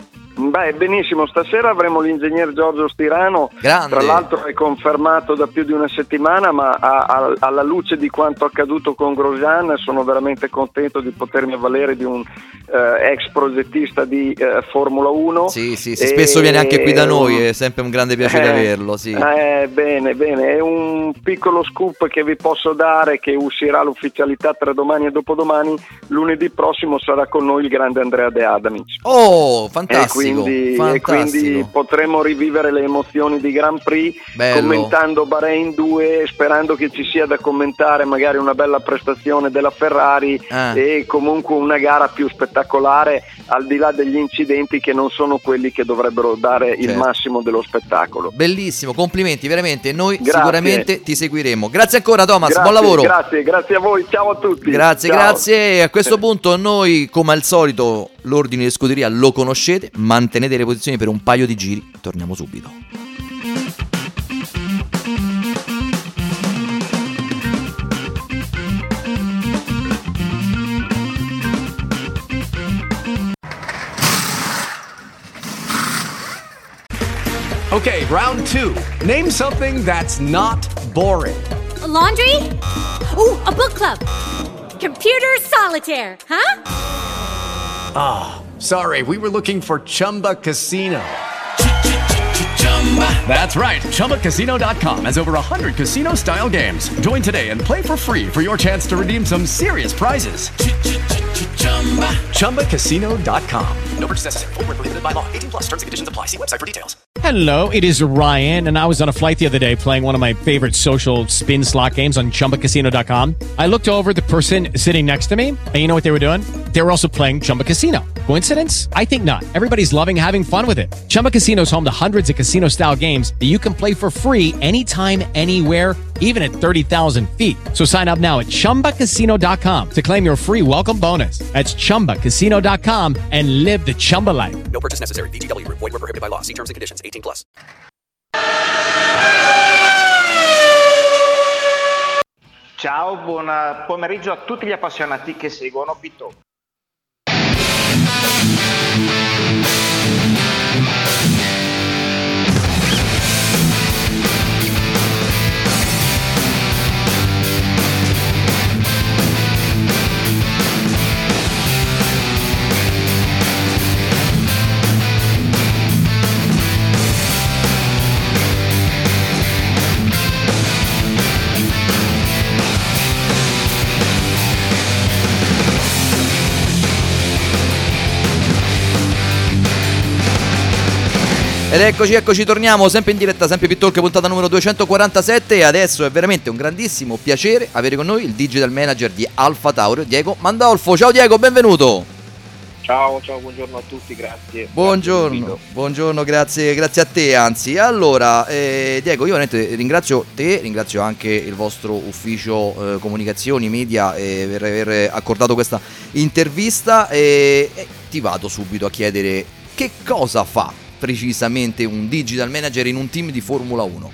Beh, benissimo, stasera avremo l'ingegner Giorgio Stirano. Grande. Tra l'altro è confermato da più di una settimana, ma a, a, alla luce di quanto accaduto con Grosjean sono veramente contento di potermi avvalere di un eh, ex progettista di eh, Formula uno. Sì, sì, sì, spesso viene anche qui da noi, è sempre un grande piacere eh, averlo, sì. Eh, bene, bene, è un piccolo scoop che vi posso dare, che uscirà l'ufficialità tra domani e dopodomani. Lunedì prossimo sarà con noi il grande Andrea De Adamic. Oh, fantastico. E quindi, fantastico. e quindi potremo rivivere le emozioni di Grand Prix. Bello. Commentando Bahrain due, sperando che ci sia da commentare magari una bella prestazione della Ferrari ah. e comunque una gara più spettacolare, al di là degli incidenti che non sono quelli che dovrebbero dare certo. il massimo dello spettacolo. Bellissimo, complimenti veramente, noi grazie. Sicuramente ti seguiremo. Grazie ancora Thomas, grazie, buon lavoro. Grazie, grazie a voi, ciao a tutti. Grazie, ciao. grazie. E a questo punto noi, come al solito, l'ordine di scuderia lo conoscete, mantenete le posizioni per un paio di giri, torniamo subito. Okay, round two. Name something that's not boring. A laundry? Ooh, a book club. Computer solitaire, huh? Ah, oh, sorry, we were looking for Chumba Casino. That's right, Chumba Casino dot com has over one hundred casino-style games. Join today and play for free for your chance to redeem some serious prizes. Chumba Casino dot com. No purchase necessary. Void where prohibited by law. eighteen plus terms and conditions apply. See website for details. Hello, it is Ryan, and I was on a flight the other day playing one of my favorite social spin slot games on Chumba Casino dot com. I looked over at the person sitting next to me, and you know what they were doing? They were also playing Chumba Casino. Coincidence? I think not. Everybody's loving having fun with it. Chumba Casino is home to hundreds of casino-style games that you can play for free anytime, anywhere, even at thirty thousand feet. So sign up now at Chumba Casino dot com to claim your free welcome bonus. That's Chumba Casino dot com and live the Chumba life. No purchase necessary. V G W. Void where prohibited by law. See terms and conditions. eighteen plus. Ciao, buon pomeriggio a tutti gli appassionati che seguono Pit Talk. Ed eccoci, eccoci, torniamo sempre in diretta, sempre Pit Talk, puntata numero duecentoquarantasette. E adesso è veramente un grandissimo piacere avere con noi il digital manager di Alfa Tauri, Diego Mandolfo. Ciao Diego, benvenuto. Ciao, ciao, buongiorno a tutti, grazie. Buongiorno, grazie buongiorno, grazie, grazie a te, anzi. Allora, eh, Diego, io veramente ringrazio te, ringrazio anche il vostro ufficio eh, comunicazioni, media, eh, per aver accordato questa intervista e, e ti vado subito a chiedere che cosa fa precisamente un digital manager in un team di Formula uno.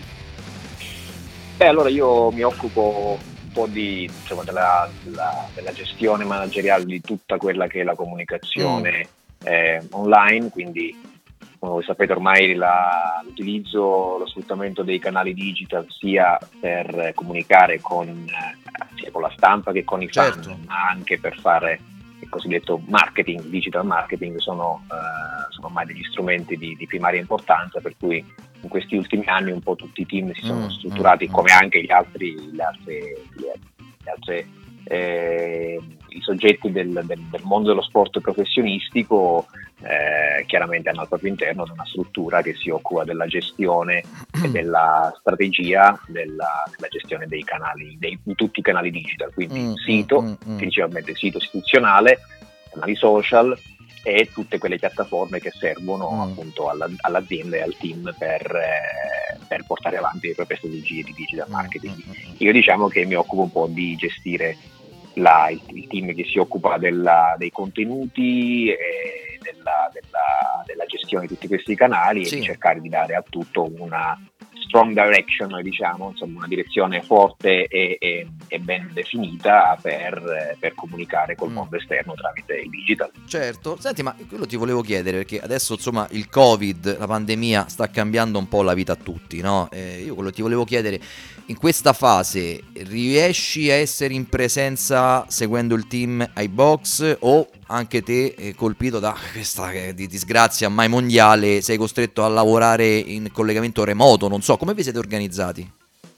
Beh, allora io mi occupo un po' di, insomma, della, della, della gestione manageriale di tutta quella che è la comunicazione mm. eh, online, quindi come voi sapete ormai la, l'utilizzo, lo sfruttamento dei canali digital sia per comunicare con, eh, sia con la stampa che con i fan, certo. ma anche per fare il cosiddetto marketing, digital marketing, sono, eh, sono ormai degli strumenti di, di primaria importanza, per cui in questi ultimi anni un po' tutti i team si sono Mm, strutturati, mm, come anche gli altri, le altre, le altre eh, i soggetti del, del, del mondo dello sport professionistico, eh, chiaramente hanno al proprio interno una struttura che si occupa della gestione e della strategia della, della gestione dei canali, dei, di tutti i canali digital, quindi Mm, sito, mm, mm. principalmente sito istituzionale, canali social e tutte quelle piattaforme che servono Mm. appunto alla, all'azienda e al team per, eh, per portare avanti le proprie strategie di digital marketing. Io diciamo che mi occupo un po' di gestire la, il, il team che si occupa della, dei contenuti e della, della, della gestione di tutti questi canali, Sì. e di cercare di dare a tutto una strong direction, diciamo, insomma una direzione forte e, e, e ben definita per, per comunicare col Mm. mondo esterno tramite il digital. Certo, senti, ma quello ti volevo chiedere, perché adesso insomma il Covid, la pandemia sta cambiando un po' la vita a tutti, no? Eh, io quello ti volevo chiedere, in questa fase riesci a essere in presenza seguendo il team ai box, o anche te, eh, colpito da questa eh, di disgrazia mai mondiale, sei costretto a lavorare in collegamento remoto? Non so, come vi siete organizzati?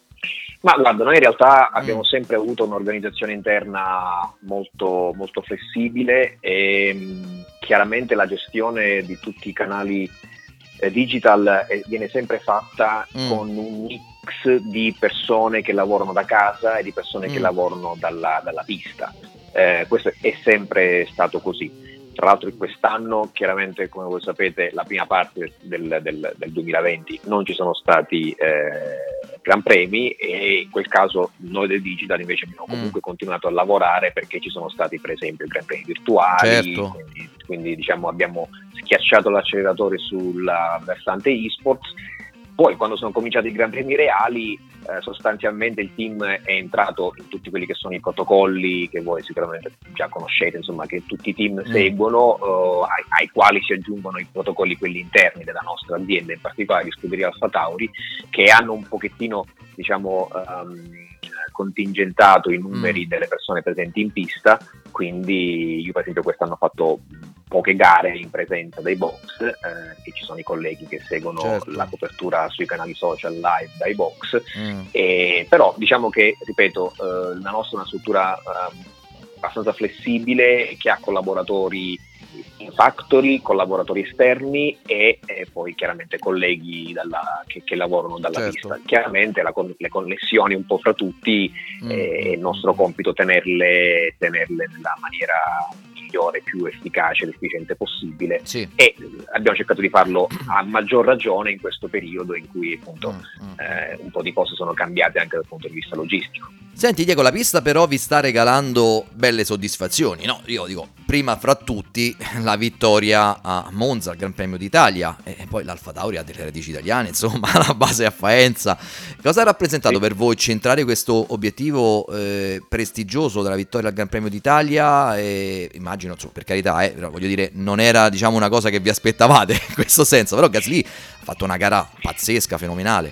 Ma guarda, noi in realtà Mm. abbiamo sempre avuto un'organizzazione interna molto, molto flessibile e mh, chiaramente la gestione di tutti i canali eh, digital eh, viene sempre fatta Mm. con un mix di persone che lavorano da casa e di persone che Mm. lavorano dalla, dalla pista. Eh, questo è sempre stato così. Tra l'altro quest'anno, chiaramente, come voi sapete, la prima parte del, del, del duemilaventi non ci sono stati eh, gran premi, e in quel caso noi del digital invece abbiamo comunque continuato a lavorare, perché ci sono stati per esempio i gran premi virtuali, Certo. quindi, quindi diciamo abbiamo schiacciato l'acceleratore sulla versante eSports. Poi quando sono cominciati i Gran Premi reali, eh, sostanzialmente il team è entrato in tutti quelli che sono i protocolli che voi sicuramente già conoscete, insomma, che tutti i team Mm. seguono, eh, ai, ai quali si aggiungono i protocolli quelli interni della nostra azienda, in particolare di Scuderia Alfa Tauri, che hanno un pochettino, diciamo, ehm, contingentato i numeri Mm. delle persone presenti in pista. Quindi io per esempio quest'anno ho fatto poche gare in presenza dei box, eh, e ci sono i colleghi che seguono Certo. la copertura sui canali social live dai box, Mm. e, però diciamo che, ripeto, eh, la nostra è una struttura eh, abbastanza flessibile, che ha collaboratori in factory, collaboratori esterni e, e poi chiaramente colleghi dalla, che, che lavorano dalla Certo. pista. Chiaramente la con- le connessioni un po' fra tutti, Mm. eh, è il nostro compito tenerle, tenerle nella maniera migliore, più efficace ed efficiente possibile, Sì. e abbiamo cercato di farlo a maggior ragione in questo periodo in cui appunto Mm. eh, un po' di cose sono cambiate anche dal punto di vista logistico. Senti Diego, la pista però vi sta regalando belle soddisfazioni, no? Io dico, prima fra tutti la vittoria a Monza, al Gran Premio d'Italia, e poi l'Alfa Tauri ha delle radici italiane, insomma, la base a Faenza. Cosa ha rappresentato Sì. per voi centrare questo obiettivo eh, prestigioso della vittoria al Gran Premio d'Italia? E immagino, insomma, per carità, eh, però voglio dire, non era, diciamo, una cosa che vi aspettavate in questo senso, però Gasly ha fatto una gara pazzesca, fenomenale.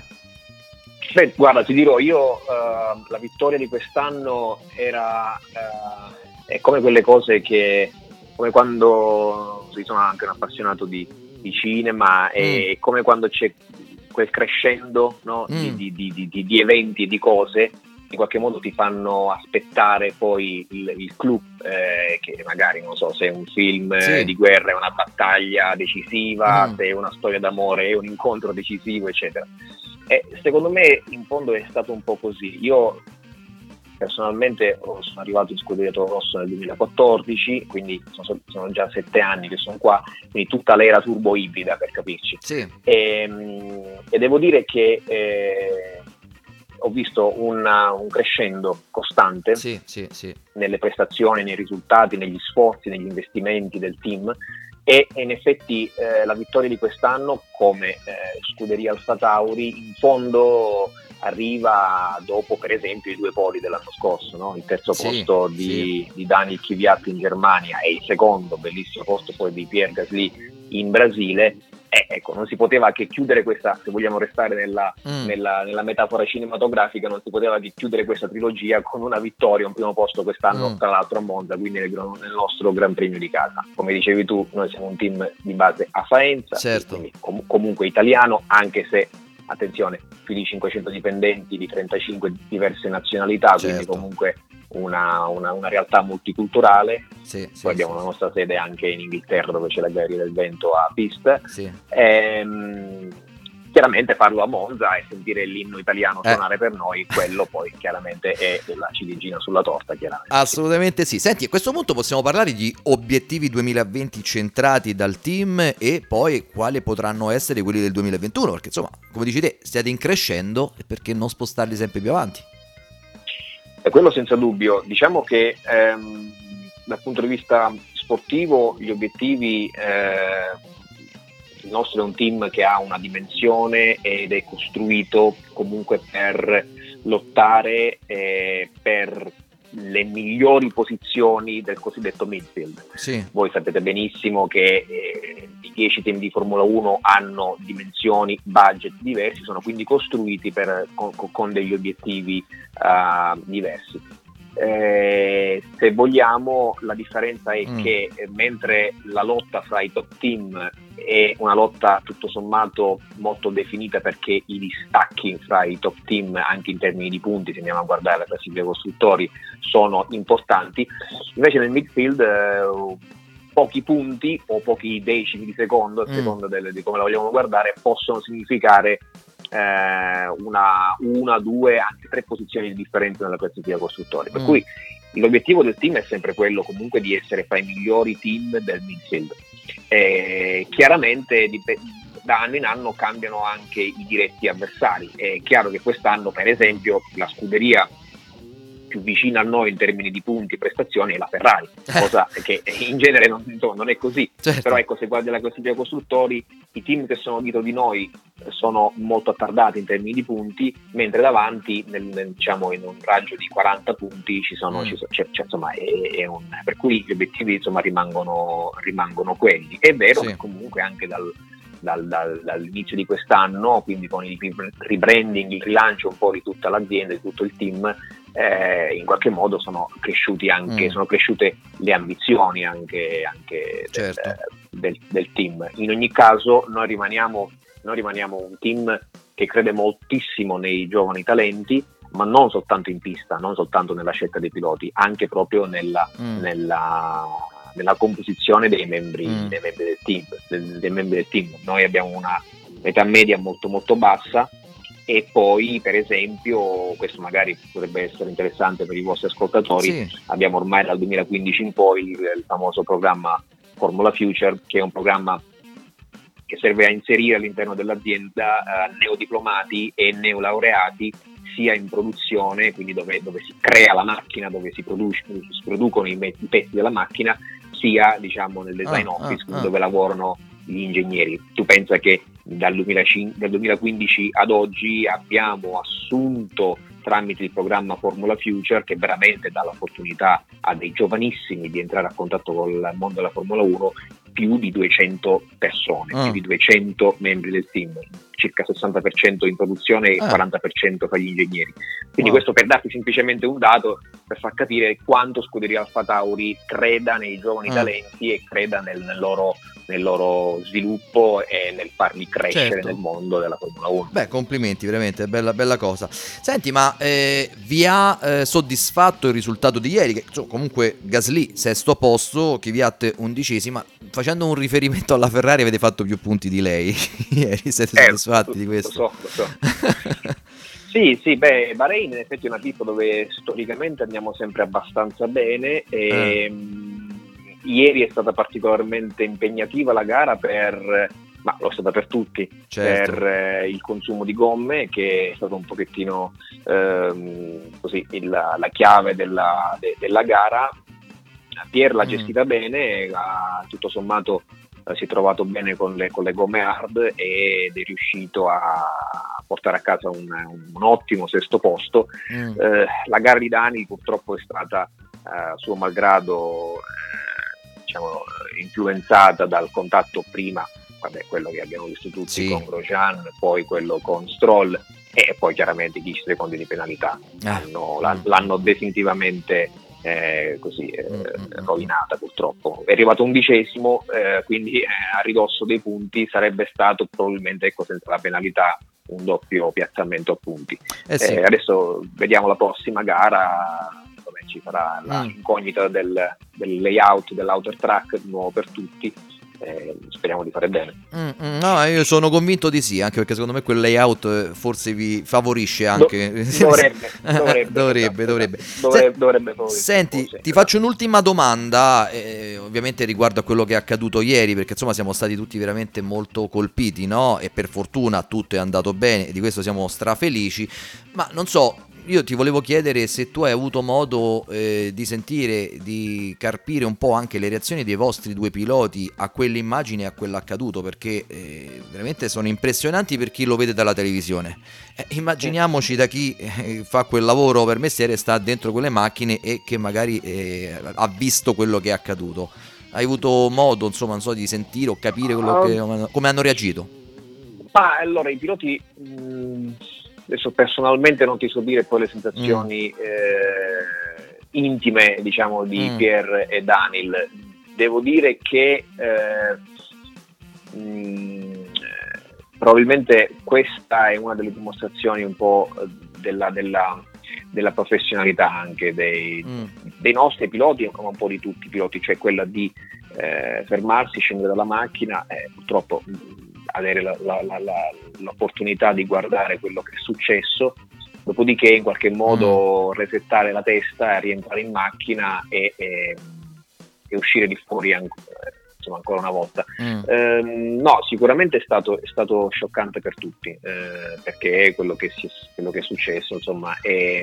Beh, guarda, ti dirò, io eh, la vittoria di quest'anno era eh, è come quelle cose che, come quando io sono anche un appassionato di, di cinema, e Mm. come quando c'è quel crescendo, no, Mm. di, di, di, di, di eventi e di cose in qualche modo ti fanno aspettare poi il, il clou, eh, che magari, non so, se è un film eh, Sì. di guerra è una battaglia decisiva, Mm. se è una storia d'amore è un incontro decisivo, eccetera. E secondo me in fondo è stato un po' così. Io personalmente sono arrivato in Scuderia Toro Rosso nel duemilaquattordici, quindi sono, sono già sette anni che sono qua, quindi tutta l'era turbo ibrida, per capirci. Sì. E, e devo dire che eh, ho visto una, un crescendo costante Sì, sì, sì. nelle prestazioni, nei risultati, negli sforzi, negli investimenti del team, e in effetti eh, la vittoria di quest'anno come eh, Scuderia Alfa Tauri in fondo arriva dopo per esempio i due poli dell'anno scorso, no? Il terzo Sì, posto di, di Daniel Kvyat in Germania e il secondo bellissimo posto poi di Pierre Gasly in Brasile. Eh, ecco, non si poteva che chiudere questa, se vogliamo restare nella, mm. nella, nella metafora cinematografica, non si poteva che chiudere questa trilogia con una vittoria, un primo posto quest'anno, mm. tra l'altro a Monza, quindi nel, nel nostro Gran Premio di casa. Come dicevi tu, noi siamo un team di base a Faenza, certo. quindi com- comunque italiano, anche se, attenzione, più di cinquecento dipendenti di trentacinque diverse nazionalità, certo. quindi comunque una, una, una realtà multiculturale. Sì, Poi sì, abbiamo sì, la nostra sede anche in Inghilterra, dove c'è la Galleria del Vento a Pista. Sì. Ehm, chiaramente farlo a Monza e sentire l'inno italiano Eh. suonare per noi, quello poi chiaramente è la ciliegina sulla torta, chiaramente. Assolutamente sì. Senti, a questo punto possiamo parlare di obiettivi duemilaventi centrati dal team e poi quali potranno essere quelli del duemilaventuno, perché insomma, come dici te, stiate in crescendo e perché non spostarli sempre più avanti? E quello senza dubbio. Diciamo che ehm, dal punto di vista sportivo gli obiettivi, eh, il nostro è un team che ha una dimensione ed è costruito comunque per lottare eh, per le migliori posizioni del cosiddetto midfield. Sì. Voi sapete benissimo che eh, i dieci team di Formula uno hanno dimensioni, budget diversi, sono quindi costruiti per, con, con degli obiettivi uh, diversi. Eh, se vogliamo, la differenza è mm. che eh, mentre la lotta fra i top team è una lotta tutto sommato molto definita, perché i distacchi fra i top team anche in termini di punti, se andiamo a guardare la classifica costruttori, sono importanti, invece nel midfield eh, pochi punti o pochi decimi di secondo, a mm. seconda del, di come la vogliamo guardare, possono significare Eh, una, una, due, anche tre posizioni di differenza nella classifica costruttori. Per mm. cui l'obiettivo del team è sempre quello comunque di essere fra i migliori team del midfield. Eh, chiaramente dip- da anno in anno cambiano anche i diretti avversari. È chiaro che quest'anno, per esempio, la scuderia più vicina a noi in termini di punti e prestazioni è la Ferrari, cosa che in genere non, insomma, non è così. Certo. Però ecco, se guardi la classifica costruttori, i team che sono dietro di noi sono molto attardati in termini di punti, mentre davanti nel, nel, diciamo in un raggio di quaranta punti ci sono, mm. ci sono c'è, c'è, insomma è, è un, per cui gli obiettivi insomma rimangono, rimangono quelli. È vero sì. che comunque anche dal Dal, dal, dall'inizio di quest'anno, quindi con il rebranding, il rilancio un po' di tutta l'azienda, di tutto il team, eh, in qualche modo sono cresciuti anche, mm. sono cresciute le ambizioni anche, anche certo. del, del, del team. In ogni caso noi rimaniamo, noi rimaniamo un team che crede moltissimo nei giovani talenti, ma non soltanto in pista, non soltanto nella scelta dei piloti, anche proprio nella, mm. nella nella composizione dei membri, mm. dei membri del team, dei, dei membri del team. Noi abbiamo una età media molto molto bassa, e poi per esempio, questo magari potrebbe essere interessante per i vostri ascoltatori, sì. abbiamo ormai dal duemilaquindici in poi il, il famoso programma Formula Future, che è un programma che serve a inserire all'interno dell'azienda uh, neodiplomati e neolaureati, sia in produzione, quindi dove, dove si crea la macchina, dove si, produce, si producono i, me- i pezzi della macchina, sia diciamo nel design ah, office, ah, ah. dove lavorano gli ingegneri. Tu pensa che dal, duemilacinque, dal duemilaquindici ad oggi abbiamo assunto, tramite il programma Formula Future, che veramente dà l'opportunità a dei giovanissimi di entrare a contatto con il mondo della Formula uno, più di duecento persone, ah. più di duecento membri del team, circa sessanta per cento in produzione e ah. quaranta per cento fra gli ingegneri. Quindi wow. questo per darti semplicemente un dato, per far capire quanto Scuderia Alfa Tauri creda nei giovani ah. talenti e creda nel, nel loro nel loro sviluppo e nel farli crescere certo. nel mondo della Formula uno. Beh, complimenti, veramente, bella, bella cosa. Senti, ma eh, vi ha eh, soddisfatto il risultato di ieri? Che cioè, comunque Gasly sesto posto, Kvyat undicesima. Facendo un riferimento alla Ferrari, avete fatto più punti di lei ieri, siete eh, soddisfatti lo, di questo? Lo so, lo so. Sì, sì, beh, Bahrain in effetti è una pista dove storicamente andiamo sempre abbastanza bene e eh. mh, ieri è stata particolarmente impegnativa la gara per, ma lo è stata per tutti, certo. per eh, il consumo di gomme, che è stato un pochettino ehm, così il, la chiave della, de, della gara. Pierre l'ha gestita mm. bene, ha, tutto sommato eh, si è trovato bene con le, con le gomme hard ed è riuscito a portare a casa un, un ottimo sesto posto. Mm. Eh, la gara di Dani purtroppo è stata a uh, suo malgrado eh, diciamo influenzata dal contatto prima vabbè, quello che abbiamo visto tutti sì. con Grosjean, poi quello con Stroll e poi chiaramente i dieci secondi di penalità eh. l'hanno, l'hanno definitivamente eh, così eh, mm-hmm. rovinata purtroppo. È arrivato undicesimo, eh, quindi eh, a ridosso dei punti sarebbe stato probabilmente, ecco, senza la penalità, un doppio piazzamento a punti. Eh sì. eh, adesso vediamo la prossima gara, dove ci sarà la mm. incognita del, del layout dell'outer track nuovo per tutti. Eh, speriamo di fare bene. Mm, mm, no, io sono convinto di sì, anche perché secondo me quel layout forse vi favorisce anche. Do- dovrebbe, dovrebbe, dovrebbe, dovrebbe. dovrebbe, dovrebbe Senti, ti faccio un'ultima domanda, eh, ovviamente riguardo a quello che è accaduto ieri, perché insomma siamo stati tutti veramente molto colpiti, no? E per fortuna tutto è andato bene e di questo siamo strafelici, ma non so. Io ti volevo chiedere se tu hai avuto modo eh, di sentire, di carpire un po' anche le reazioni dei vostri due piloti a quell'immagine e a quell'accaduto, perché eh, veramente sono impressionanti per chi lo vede dalla televisione. Eh, immaginiamoci da chi eh, fa quel lavoro per mestiere, sta dentro quelle macchine e che magari eh, ha visto quello che è accaduto. Hai avuto modo, insomma, non so, di sentire o capire quello che, come hanno reagito? Ma allora i piloti... Mh... Adesso personalmente non ti so dire poi le sensazioni mm. eh, intime, diciamo, di mm. Pierre e Daniel. Devo dire che eh, mh, probabilmente questa è una delle dimostrazioni un po' della, della, della professionalità anche dei, mm. dei nostri piloti, come un po' di tutti i piloti, cioè quella di eh, fermarsi, scendere dalla macchina, eh, purtroppo avere la, la, la, la, l'opportunità di guardare quello che è successo, dopodiché in qualche modo mm. resettare la testa, rientrare in macchina e, e, e uscire di fuori ancora, insomma, ancora una volta. Mm. Eh, no, sicuramente è stato, è stato scioccante per tutti, eh, perché quello che, si, quello che è successo, insomma, è...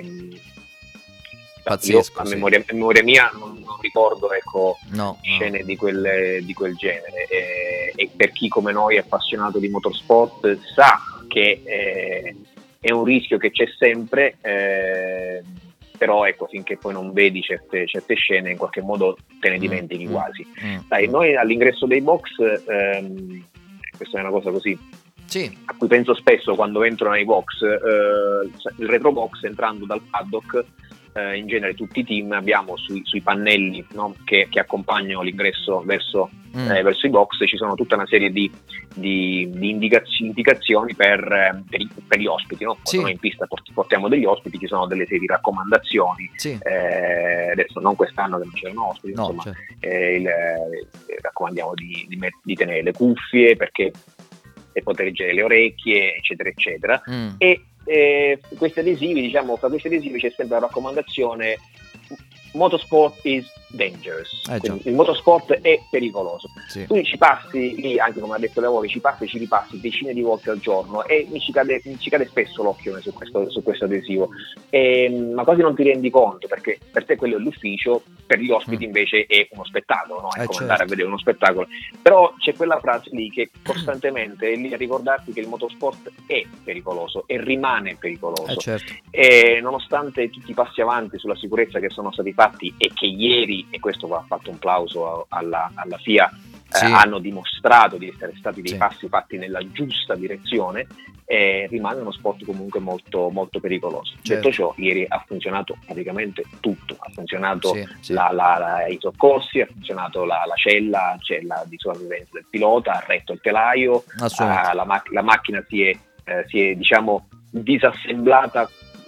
Pazzesco, io, a, sì. memoria, a memoria mia non, non ricordo, ecco, no, scene no. Di, quelle, di quel genere, e, e per chi come noi è appassionato di motorsport sa che eh, è un rischio che c'è sempre, eh, però ecco, finché poi non vedi certe, certe scene in qualche modo te ne dimentichi mm, quasi. Mm, Dai, noi all'ingresso dei box, ehm, questa è una cosa così sì. a cui penso spesso quando entro nei box, eh, il retro box, entrando dal paddock, Uh, in genere tutti i team abbiamo sui, sui pannelli, no, che, che accompagnano l'ingresso verso, mm. eh, verso i box, ci sono tutta una serie di, di, di indicaz- indicazioni per, eh, per, i, per gli ospiti, no? Quando sì. noi in pista port- portiamo degli ospiti ci sono delle serie di raccomandazioni, sì. eh, adesso non quest'anno che non c'erano ospiti, no, insomma, certo. eh, il, eh, raccomandiamo di, di, met- di tenere le cuffie perché per poter leggere le orecchie, eccetera eccetera, mm. e Eh, questi adesivi, diciamo, fra questi adesivi c'è sempre la raccomandazione: motorsport is dangerous, eh, il motorsport è pericoloso. Sì. Tu ci passi lì, anche come ha detto Lavori, ci passi e ci ripassi decine di volte al giorno e mi ci cade, mi ci cade spesso l'occhio su questo, su questo adesivo, e, ma quasi non ti rendi conto, perché per te quello è l'ufficio, per gli ospiti mm. invece è uno spettacolo, no? È eh, come certo. andare a vedere uno spettacolo. Però c'è quella frase lì che costantemente è lì a ricordarti che il motorsport è pericoloso e rimane pericoloso, eh, certo. e nonostante tutti i passi avanti sulla sicurezza che sono stati fatti e che ieri, e questo va fatto un plauso alla, alla F I A, sì. eh, hanno dimostrato di essere stati dei sì. passi fatti nella giusta direzione, e rimane uno sport comunque molto, molto pericoloso. Certo. Detto ciò, ieri ha funzionato praticamente tutto, ha funzionato sì, sì. La, la, la, i soccorsi, ha funzionato la, la cella, cella di sopravvivenza del pilota, ha retto il telaio, eh, la, mac- la macchina si è, eh, si è diciamo disassemblata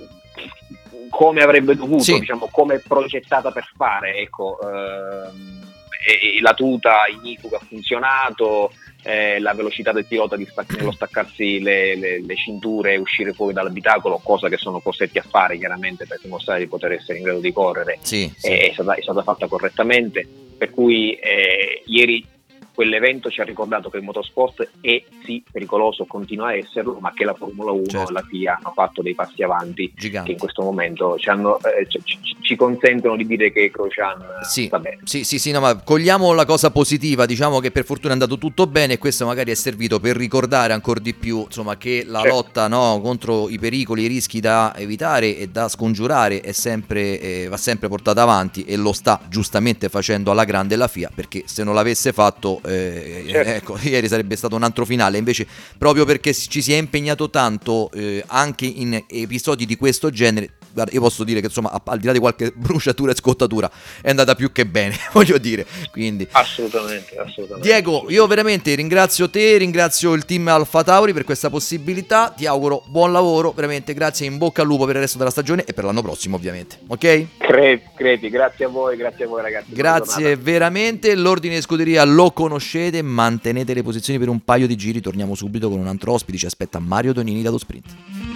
come avrebbe dovuto, sì. diciamo, come è progettata per fare, ecco, ehm, e, e la tuta ignifuga ha funzionato, eh, la velocità del pilota di stac- nello staccarsi le, le, le cinture e uscire fuori dall'abitacolo, cosa che sono costretti a fare chiaramente per dimostrare di poter essere in grado di correre, sì, sì. È, è, stata, è stata fatta correttamente, per cui eh, ieri quell'evento ci ha ricordato che il motorsport è sì pericoloso, continua a esserlo, ma che la Formula uno certo. e la F I A hanno fatto dei passi avanti giganti, che in questo momento ci, hanno, eh, ci, ci consentono di dire che Grosjean sì. va bene. Sì, sì, sì, no, ma cogliamo la cosa positiva, diciamo che per fortuna è andato tutto bene e questo magari è servito per ricordare ancora di più, insomma, che la certo. lotta, no, contro i pericoli, i rischi da evitare e da scongiurare è sempre, eh, va sempre portata avanti, e lo sta giustamente facendo alla grande la F I A, perché se non l'avesse fatto eh, Certo. ecco, ieri sarebbe stato un altro finale, invece proprio perché ci si è impegnato tanto eh, anche in episodi di questo genere, guarda, io posso dire che insomma al di là di qualche bruciatura e scottatura è andata più che bene, voglio dire, quindi assolutamente, assolutamente. Diego, io veramente ringrazio te, ringrazio il team Alfa Tauri per questa possibilità, ti auguro buon lavoro, veramente grazie, in bocca al lupo per il resto della stagione e per l'anno prossimo ovviamente, ok? Cre- credi, grazie a voi, grazie a voi ragazzi. Grazie veramente, l'ordine di scuderia lo conoscete, mantenete le posizioni per un paio di giri, torniamo subito con un altro ospite, ci aspetta Mario Donini da Do Sprint.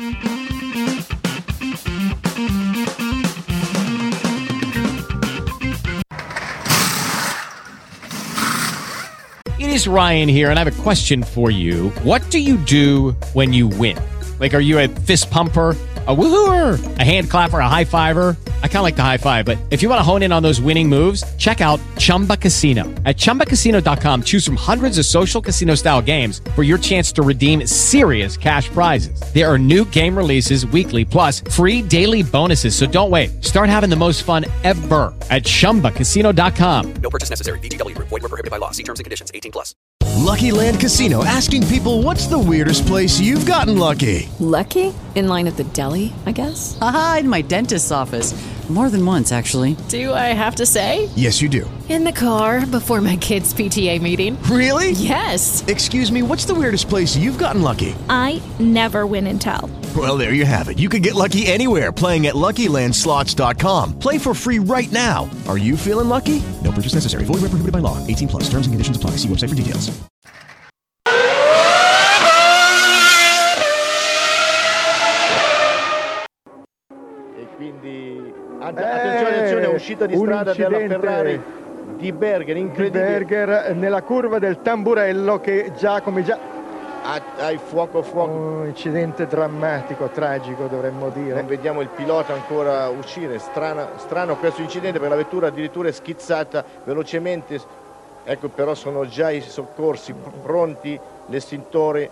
It is Ryan here, and I have a question for you. What do you do when you win? Like, are you a fist pumper, a woohooer, a hand clapper, a high fiver? I kind of like the high five, but if you want to hone in on those winning moves, check out Chumba Casino. At chumba casino dot com, choose from hundreds of social casino style games for your chance to redeem serious cash prizes. There are new game releases weekly, plus free daily bonuses. So don't wait. Start having the most fun ever at chumba casino dot com. No purchase necessary. V G W. Void where prohibited by law. See terms and conditions. eighteen plus. Lucky Land Casino, asking people, what's the weirdest place you've gotten lucky? Lucky? In line at the deli, I guess? Aha, in my dentist's office. More than once, actually. Do I have to say? Yes, you do. In the car before my kids' P T A meeting. Really? Yes. Excuse me, what's the weirdest place you've gotten lucky? I never win and tell. Well, there you have it. You can get lucky anywhere, playing at lucky land slots dot com. Play for free right now. Are you feeling lucky? No purchase necessary. Void where prohibited by law. eighteen plus. Terms and conditions apply. See website for details. E quindi Att- attenzione, attenzione, uscita di strada della Ferrari di Berger, incredibile. Berger nella curva del tamburello che già come già hai fuoco fuoco. Un incidente drammatico, tragico dovremmo dire. Non vediamo il pilota ancora uscire, strana, strano questo incidente perché la vettura addirittura è schizzata velocemente. Ecco, però sono già i soccorsi pronti, l'estintori.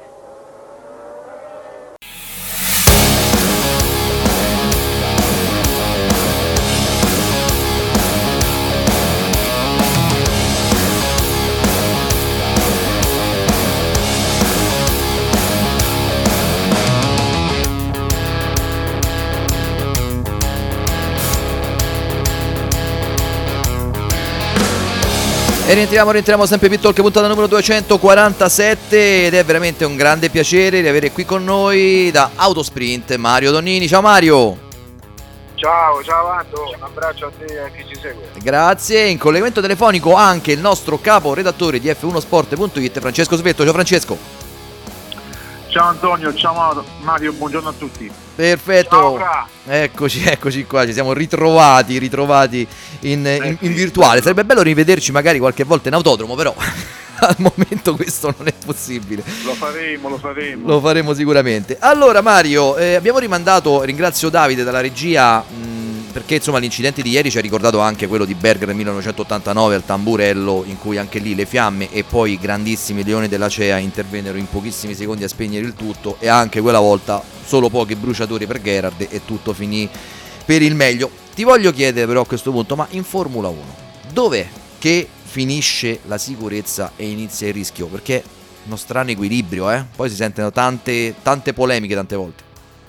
E rientriamo, rientriamo sempre Pit Talk, puntata numero duecentoquarantasette, ed è veramente un grande piacere di avere qui con noi da Autosprint Mario Donini. Ciao Mario! Ciao, ciao Anto, un abbraccio a te e a chi ci segue. Grazie, in collegamento telefonico anche il nostro capo redattore di F uno Sport punto it, Francesco Svetto. Ciao Francesco! Ciao Antonio, ciao Mario, buongiorno a tutti. Perfetto, eccoci, eccoci qua, ci siamo ritrovati, ritrovati in, in, in virtuale. Sarebbe bello rivederci magari qualche volta in autodromo, però al momento questo non è possibile. Lo faremo, lo faremo. Lo faremo sicuramente. Allora Mario, eh, abbiamo rimandato, ringrazio Davide dalla regia, mh, perché insomma l'incidente di ieri ci ha ricordato anche quello di Berger nel millenovecentottantanove al tamburello, in cui anche lì le fiamme e poi i grandissimi leoni della C E A intervennero in pochissimi secondi a spegnere il tutto, e anche quella volta solo poche bruciature per Gerhard e tutto finì per il meglio. Ti voglio chiedere però a questo punto, ma in Formula uno dov'è che finisce la sicurezza e inizia il rischio? Perché è uno strano equilibrio, eh? Poi si sentono tante, tante polemiche tante volte.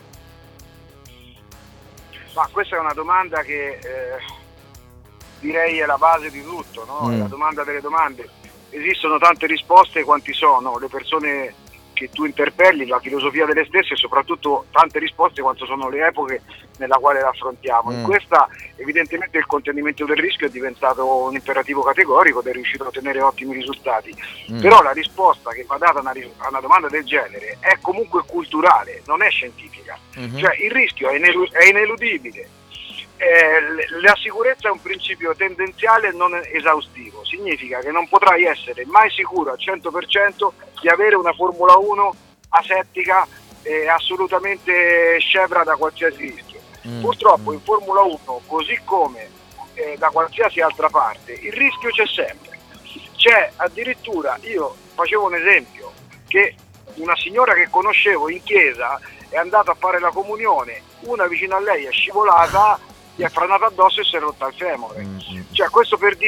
Ma questa è una domanda che eh, direi è la base di tutto, no? Mm. È la domanda delle domande. Esistono tante risposte, quanti sono le persone che tu interpelli, la filosofia delle stesse, e soprattutto tante risposte quanto sono le epoche nella quale la affrontiamo. Mm. In questa evidentemente il contenimento del rischio è diventato un imperativo categorico ed è riuscito a ottenere ottimi risultati. Mm. Però la risposta che va data a una, a una domanda del genere è comunque culturale, non è scientifica. Mm-hmm. Cioè il rischio è, inelu- è ineludibile. Eh, la sicurezza è un principio tendenziale e non esaustivo, significa che non potrai essere mai sicuro al cento per cento di avere una Formula uno asettica e assolutamente scevra da qualsiasi rischio. Mm. Purtroppo in Formula uno, così come eh, da qualsiasi altra parte, il rischio c'è sempre. C'è addirittura, io facevo un esempio, che una signora che conoscevo in chiesa è andata a fare la comunione, una vicino a lei è scivolata, gli è franata addosso e si è rotta il femore. Mm-hmm. Cioè questo per dire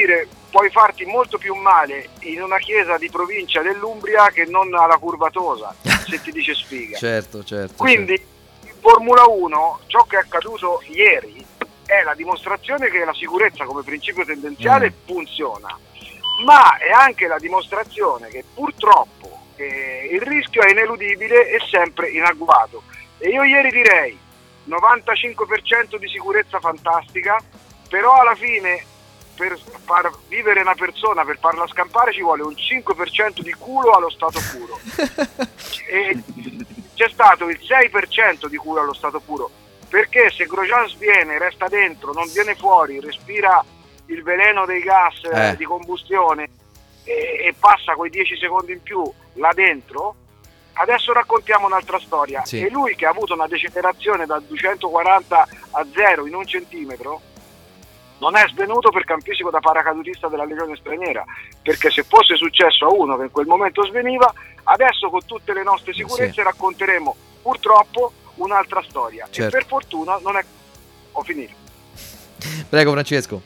puoi farti molto più male in una chiesa di provincia dell'Umbria che non alla Curva Tosa, se ti dice sfiga. Certo, certo. Quindi certo. in Formula uno ciò che è accaduto ieri è la dimostrazione che la sicurezza come principio tendenziale mm. funziona, ma è anche la dimostrazione che purtroppo eh, il rischio è ineludibile e sempre in agguato. E io ieri direi novantacinque per cento di sicurezza fantastica, però alla fine per far vivere una persona, per farla scampare, ci vuole un cinque per cento di culo allo stato puro. E c'è stato il sei per cento di culo allo stato puro, perché se Grosjean sviene, resta dentro, non viene fuori, respira il veleno dei gas eh. di combustione e, e passa quei dieci secondi in più là dentro, adesso raccontiamo un'altra storia. Sì. E lui che ha avuto una decelerazione da duecentoquaranta a zero in un centimetro non è svenuto per campistico da paracadutista della Legione Straniera, perché se fosse successo a uno che in quel momento sveniva, adesso con tutte le nostre sicurezze sì. racconteremo purtroppo un'altra storia. Certo. E per fortuna non è... Ho finito. Prego Francesco.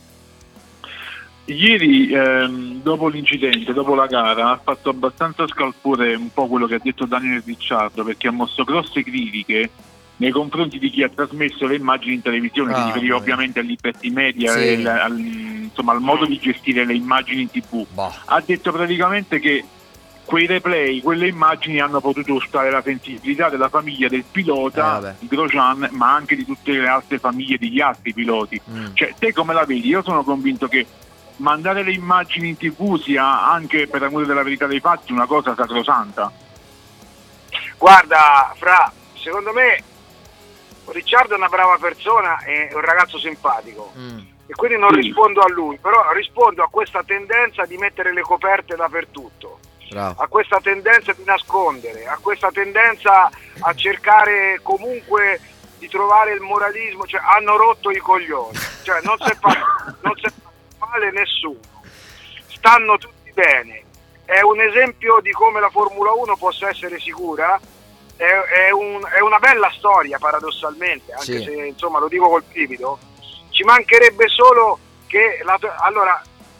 Ieri, ehm, dopo l'incidente, dopo la gara, ha fatto abbastanza scalpore un po' quello che ha detto Daniel Ricciardo, perché ha mosso grosse critiche nei confronti di chi ha trasmesso le immagini in televisione, ah, si riferiva ovviamente agli liberty media, sì. e al, al, insomma, al modo di gestire le immagini in tv. Bah. Ha detto praticamente che quei replay, quelle immagini hanno potuto ostare la sensibilità della famiglia del pilota, eh, di Grosjean, ma anche di tutte le altre famiglie degli altri piloti. Mm. Cioè, te come la vedi? Io sono convinto che mandare le immagini in tv sia, anche per amore della verità dei fatti, una cosa sacrosanta. Guarda, Fra, secondo me Ricciardo è una brava persona e un ragazzo simpatico, mm. e quindi non sì. rispondo a lui, però rispondo a questa tendenza di mettere le coperte dappertutto. Bravo. A questa tendenza di nascondere, a questa tendenza a cercare comunque di trovare il moralismo, cioè hanno rotto i coglioni, cioè non si è fatto, non si è fatto male nessuno, stanno tutti bene, è un esempio di come la Formula uno possa essere sicura, è, è, un, è una bella storia paradossalmente, anche sì. se insomma lo dico col brivido, ci mancherebbe solo che la, allora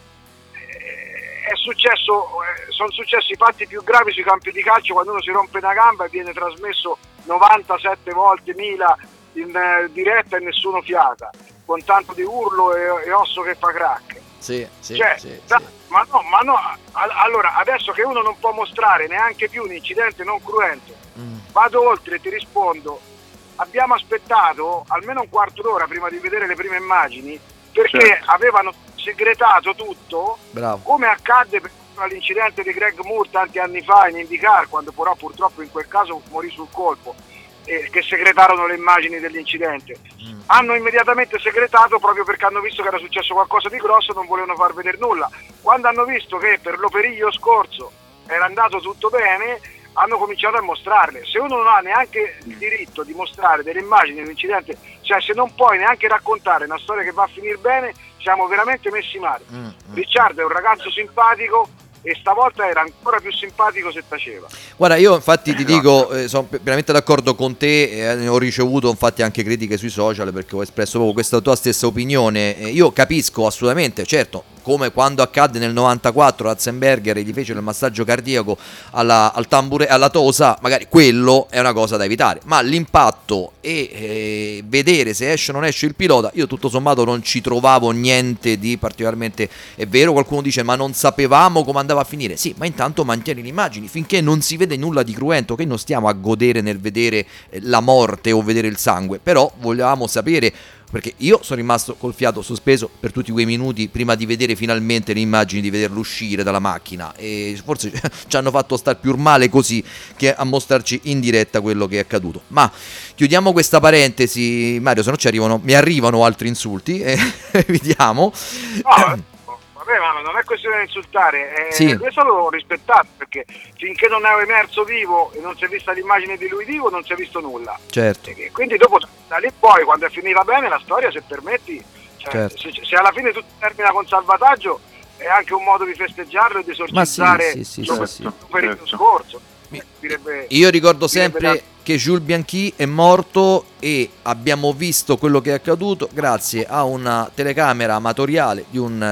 è successo, sono successi i fatti più gravi sui campi di calcio quando uno si rompe una gamba e viene trasmesso novantasette volte mila in eh, diretta e nessuno fiata, con tanto di urlo e, e osso che fa crack. Sì, sì, cioè, sì, da, sì. Ma no, ma no, allora adesso che uno non può mostrare neanche più un incidente non cruento, mm. vado oltre e ti rispondo, abbiamo aspettato almeno un quarto d'ora prima di vedere le prime immagini, perché certo. avevano segretato tutto. Bravo. Come accadde per l'incidente di Greg Moore tanti anni fa in IndyCar, quando però purtroppo in quel caso morì sul colpo, eh, che segretarono le immagini dell'incidente. Mm. Hanno immediatamente segretato proprio perché hanno visto che era successo qualcosa di grosso e non volevano far vedere nulla. Quando hanno visto che per l'operiglio scorso era andato tutto bene, hanno cominciato a mostrarle. Se uno non ha neanche il diritto di mostrare delle immagini dell'incidente, cioè se non puoi neanche raccontare una storia che va a finire bene, siamo veramente messi male. Mm, mm. Ricciardo è un ragazzo simpatico e stavolta era ancora più simpatico se taceva. Guarda, io infatti ti dico, eh, sono veramente d'accordo con te, eh, ho ricevuto infatti anche critiche sui social perché ho espresso proprio questa tua stessa opinione. Eh, io capisco assolutamente, certo, come quando accadde nel novantaquattro Ratzenberger gli fecero il massaggio cardiaco alla, al tambure, alla tosa, magari quello è una cosa da evitare, ma l'impatto e eh, vedere se esce o non esce il pilota, io tutto sommato non ci trovavo niente di particolarmente. È vero, qualcuno dice ma non sapevamo come andava a finire, sì, ma intanto mantieni le immagini finché non si vede nulla di cruento, che non stiamo a godere nel vedere la morte o vedere il sangue, però volevamo sapere, perché io sono rimasto col fiato sospeso per tutti quei minuti prima di vedere finalmente le immagini, di vederlo uscire dalla macchina, e forse ci hanno fatto star più male così che a mostrarci in diretta quello che è accaduto. Ma chiudiamo questa parentesi, Mario, se no ci arrivano, mi arrivano altri insulti e vediamo. No, vabbè, ma non è questione di insultare, eh, sì. Questo l'ho rispettato, perché finché non è emerso vivo e non si è vista l'immagine di lui vivo non si è visto nulla. Certo. E quindi dopo da lì poi, quando è finita bene la storia, se permetti, cioè, certo. se, se alla fine tutto termina con salvataggio, è anche un modo di festeggiarlo e di esorcizzare sì, sì, sì, il sì, periodo certo. scorso. Io ricordo sempre che Jules Bianchi è morto e abbiamo visto quello che è accaduto grazie a una telecamera amatoriale di un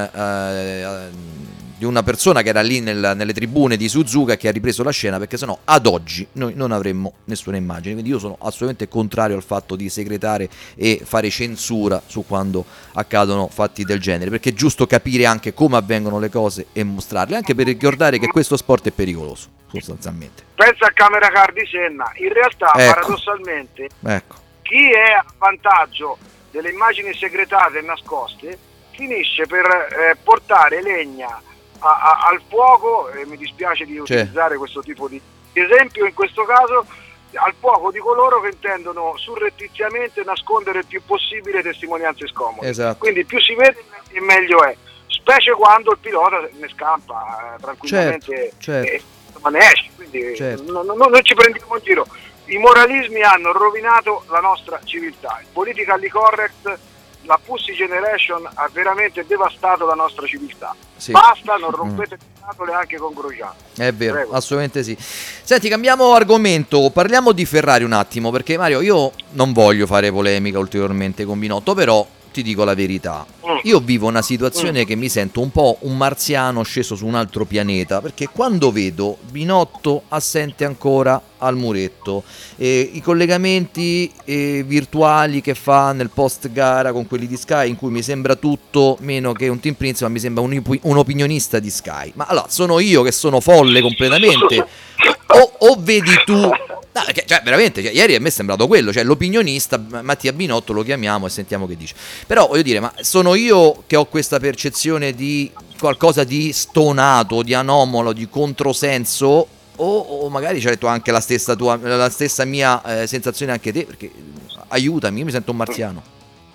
eh, di una persona che era lì nel, nelle tribune di Suzuka, che ha ripreso la scena, perché sennò ad oggi noi non avremmo nessuna immagine. Quindi io sono assolutamente contrario al fatto di segretare e fare censura su quando accadono fatti del genere, perché è giusto capire anche come avvengono le cose e mostrarle, anche per ricordare che questo sport è pericoloso sostanzialmente. Pensa a camera car di Senna, in realtà ecco. paradossalmente ecco. chi è a vantaggio delle immagini segretate e nascoste finisce per eh, portare legna A, a, al fuoco, e mi dispiace di utilizzare C'è. questo tipo di esempio in questo caso, al fuoco di coloro che intendono surrettiziamente nascondere il più possibile testimonianze scomode. Esatto. Quindi più si vede e meglio è, specie quando il pilota ne scampa eh, tranquillamente, certo, certo. E, ma ne esce, quindi certo. non, non, non ci prendiamo in giro. I moralismi hanno rovinato la nostra civiltà, il politically correct, la Pussy Generation ha veramente devastato la nostra civiltà. Sì. Basta, non rompete le scatole anche con Grosjean. È vero, Prego. Assolutamente sì. Senti, cambiamo argomento, parliamo di Ferrari un attimo, perché Mario, io non voglio fare polemica ulteriormente con Binotto, però ti dico la verità. Io vivo una situazione che mi sento un po' un marziano sceso su un altro pianeta, perché quando vedo Binotto assente ancora al muretto, eh, i collegamenti eh, virtuali che fa nel post gara con quelli di Sky, in cui mi sembra tutto meno che un team principal, ma mi sembra un, un opinionista di Sky. Ma allora, sono io che sono folle completamente o, o vedi tu... No, perché, cioè, veramente, cioè, ieri a me è sembrato quello, cioè l'opinionista Mattia Binotto lo chiamiamo e sentiamo che dice. Però voglio dire, ma sono io che ho questa percezione di qualcosa di stonato, di anomalo, di controsenso, o, o magari ci hai detto anche la stessa tua, la stessa mia eh, sensazione anche te, perché aiutami, io mi sento un marziano.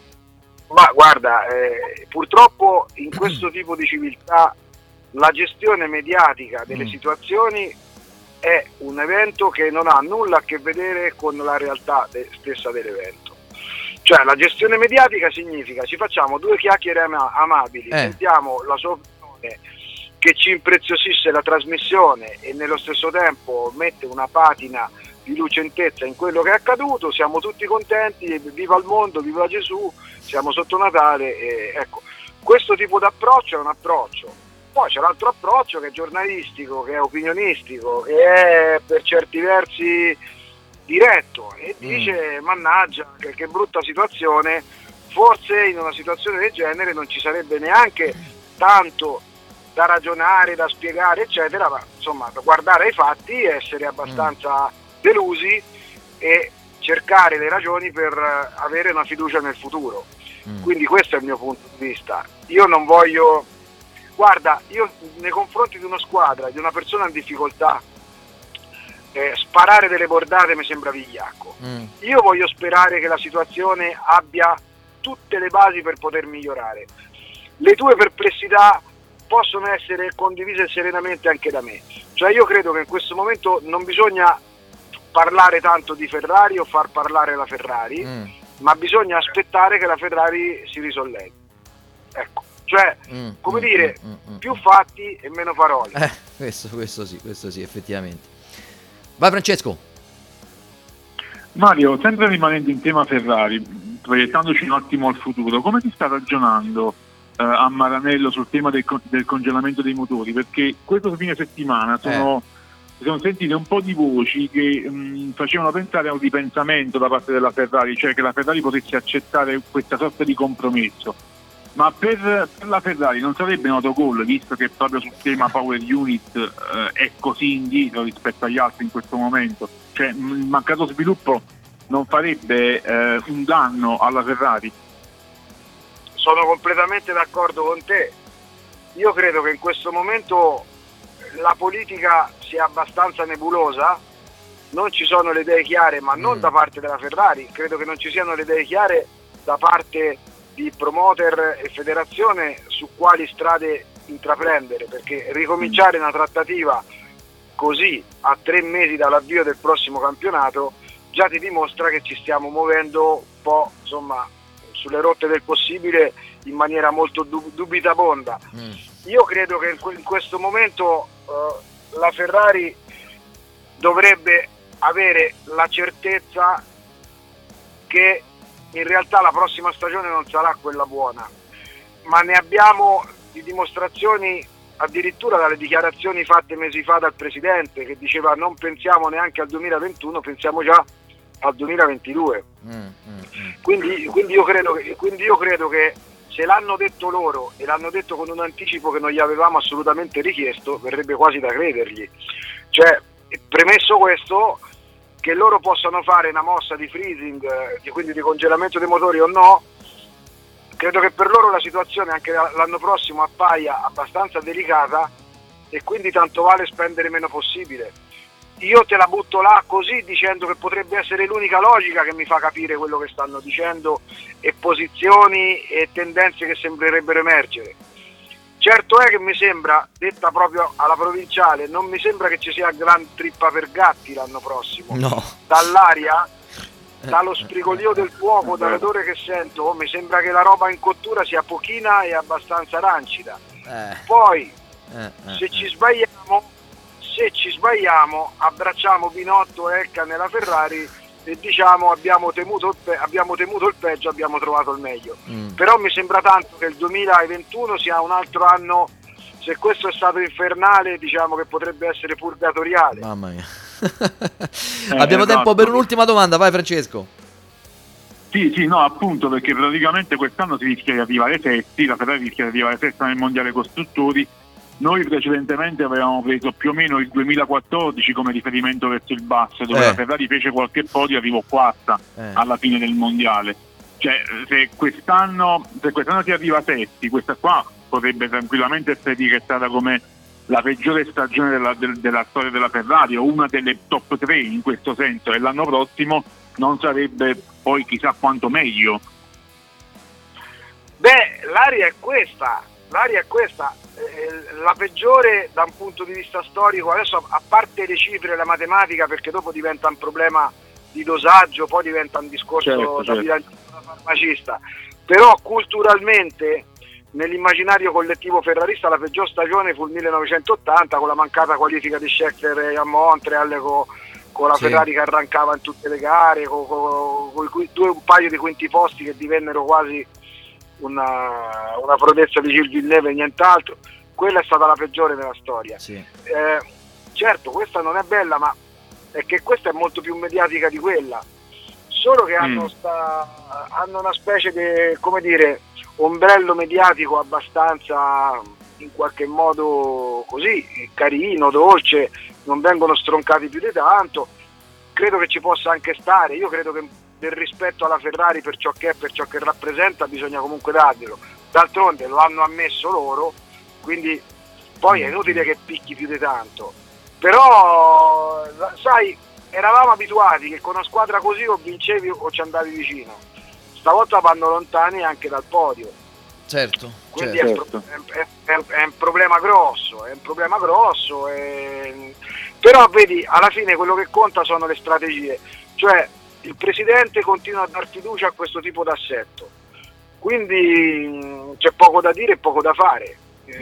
Ma guarda, eh, purtroppo in questo tipo di civiltà la gestione mediatica delle mm. situazioni è un evento che non ha nulla a che vedere con la realtà de- stessa dell'evento. Cioè la gestione mediatica significa ci facciamo due chiacchiere ama- amabili, eh. sentiamo la sua opinione che ci impreziosisce la trasmissione e nello stesso tempo mette una patina di lucentezza in quello che è accaduto, siamo tutti contenti, viva il mondo, viva Gesù, siamo sotto Natale, e ecco, questo tipo di approccio è un approccio. Poi c'è l'altro approccio che è giornalistico, che è opinionistico, che è per certi versi diretto e dice mm. mannaggia, che, che brutta situazione, forse in una situazione del genere non ci sarebbe neanche tanto da ragionare, da spiegare eccetera, ma insomma da guardare ai fatti, essere abbastanza mm. delusi e cercare le ragioni per avere una fiducia nel futuro. Mm. Quindi questo è il mio punto di vista. Io non voglio... Guarda, io nei confronti di una squadra, di una persona in difficoltà, eh, sparare delle bordate mi sembra vigliacco. Mm. Io voglio sperare che la situazione abbia tutte le basi per poter migliorare. Le tue perplessità possono essere condivise serenamente anche da me. Cioè io credo che in questo momento non bisogna parlare tanto di Ferrari o far parlare la Ferrari, mm. ma bisogna aspettare che la Ferrari si risollevi. Ecco. Cioè, mm, come mm, dire, mm, mm, più fatti e meno parole. Eh, questo, questo sì, questo sì, effettivamente. Vai Francesco. Mario, sempre rimanendo in tema Ferrari, proiettandoci un attimo al futuro, come ti sta ragionando eh, a Maranello sul tema del, del congelamento dei motori? Perché questo fine settimana sono, eh. sono sentite un po' di voci che mh, facevano pensare a un ripensamento da parte della Ferrari, cioè che la Ferrari potesse accettare questa sorta di compromesso. Ma per, per la Ferrari non sarebbe un autogol, visto che proprio sul tema Power Unit eh, è così indietro rispetto agli altri in questo momento? Cioè il mancato sviluppo non farebbe eh, un danno alla Ferrari? Sono completamente d'accordo con te. Io credo che in questo momento la politica sia abbastanza nebulosa, non ci sono le idee chiare, ma non mm. da parte della Ferrari, credo che non ci siano le idee chiare da parte di promoter e federazione su quali strade intraprendere, perché ricominciare una trattativa così a tre mesi dall'avvio del prossimo campionato già ti dimostra che ci stiamo muovendo un po' insomma sulle rotte del possibile in maniera molto dub- dubitabonda. Mm. Io credo che in, que- in questo momento uh, la Ferrari dovrebbe avere la certezza che in realtà la prossima stagione non sarà quella buona, ma ne abbiamo di dimostrazioni addirittura dalle dichiarazioni fatte mesi fa dal presidente, che diceva non pensiamo neanche al duemilaventuno, pensiamo già al duemilaventidue. Mm, mm, mm. Quindi, quindi, io credo che, quindi io credo che se l'hanno detto loro e l'hanno detto con un anticipo che non gli avevamo assolutamente richiesto, verrebbe quasi da credergli. Cioè, premesso questo, che loro possano fare una mossa di freezing, eh, quindi di congelamento dei motori o no, credo che per loro la situazione anche l'anno prossimo appaia abbastanza delicata e quindi tanto vale spendere meno possibile. Io te la butto là così, dicendo che potrebbe essere l'unica logica che mi fa capire quello che stanno dicendo e posizioni e tendenze che sembrerebbero emergere. Certo è che mi sembra, detta proprio alla provinciale, non mi sembra che ci sia gran trippa per gatti l'anno prossimo. No. Dall'aria, dallo sprigolio del fuoco, dall'odore che sento, oh, mi sembra che la roba in cottura sia pochina e abbastanza rancida. Eh. Poi, eh, eh, se ci sbagliamo, se ci sbagliamo, abbracciamo Binotto e Elkann nella Ferrari e diciamo abbiamo temuto il, pe- abbiamo temuto il peggio, abbiamo trovato il meglio. Mm. Però mi sembra tanto che il duemilaventuno sia un altro anno, se questo è stato infernale, diciamo che potrebbe essere purgatoriale. Mamma mia. eh, Abbiamo esatto. tempo per un'ultima domanda, vai Francesco. Sì, sì, no, appunto, perché praticamente quest'anno si rischia di arrivare setti, la Ferrari rischia di arrivare sesta nel mondiale costruttori. Noi precedentemente avevamo preso più o meno il duemilaquattordici come riferimento verso il basso, dove eh. la Ferrari fece qualche podio e arrivò quarta eh. alla fine del mondiale. Cioè, se quest'anno, se quest'anno si arriva a setti, questa qua potrebbe tranquillamente essere etichettata come la peggiore stagione della, del, della storia della Ferrari, o una delle top tre in questo senso, e l'anno prossimo non sarebbe poi chissà quanto meglio. Beh, l'aria è questa, l'aria è questa. La peggiore da un punto di vista storico, adesso a parte le cifre e la matematica, perché dopo diventa un problema di dosaggio, poi diventa un discorso certo, da bilanciere da farmacista, però culturalmente nell'immaginario collettivo ferrarista la peggior stagione fu il millenovecentottanta, con la mancata qualifica di Scheckter a Montreal, con, con la sì. Ferrari che arrancava in tutte le gare, con, con, con due un paio di quinti posti che divennero quasi una, una prodezza di Gilles Villeneuve e nient'altro. Quella è stata la peggiore della storia. Sì. Eh, certo, questa non è bella, ma è che questa è molto più mediatica di quella, solo che mm. hanno, sta, hanno una specie di, come dire, ombrello mediatico abbastanza in qualche modo così carino, dolce, non vengono stroncati più di tanto. Credo che ci possa anche stare, io credo che del rispetto alla Ferrari per ciò che è, per ciò che rappresenta, bisogna comunque darglielo. D'altronde lo hanno ammesso loro, quindi poi è inutile che picchi più di tanto. Però sai, eravamo abituati che con una squadra così o vincevi o ci andavi vicino. Stavolta vanno lontani anche dal podio. Certo. Quindi certo. È, è, è, è un problema grosso, è un problema grosso. È... Però vedi, alla fine quello che conta sono le strategie. Cioè, il presidente continua a dar fiducia a questo tipo d'assetto. Quindi mh, c'è poco da dire e poco da fare.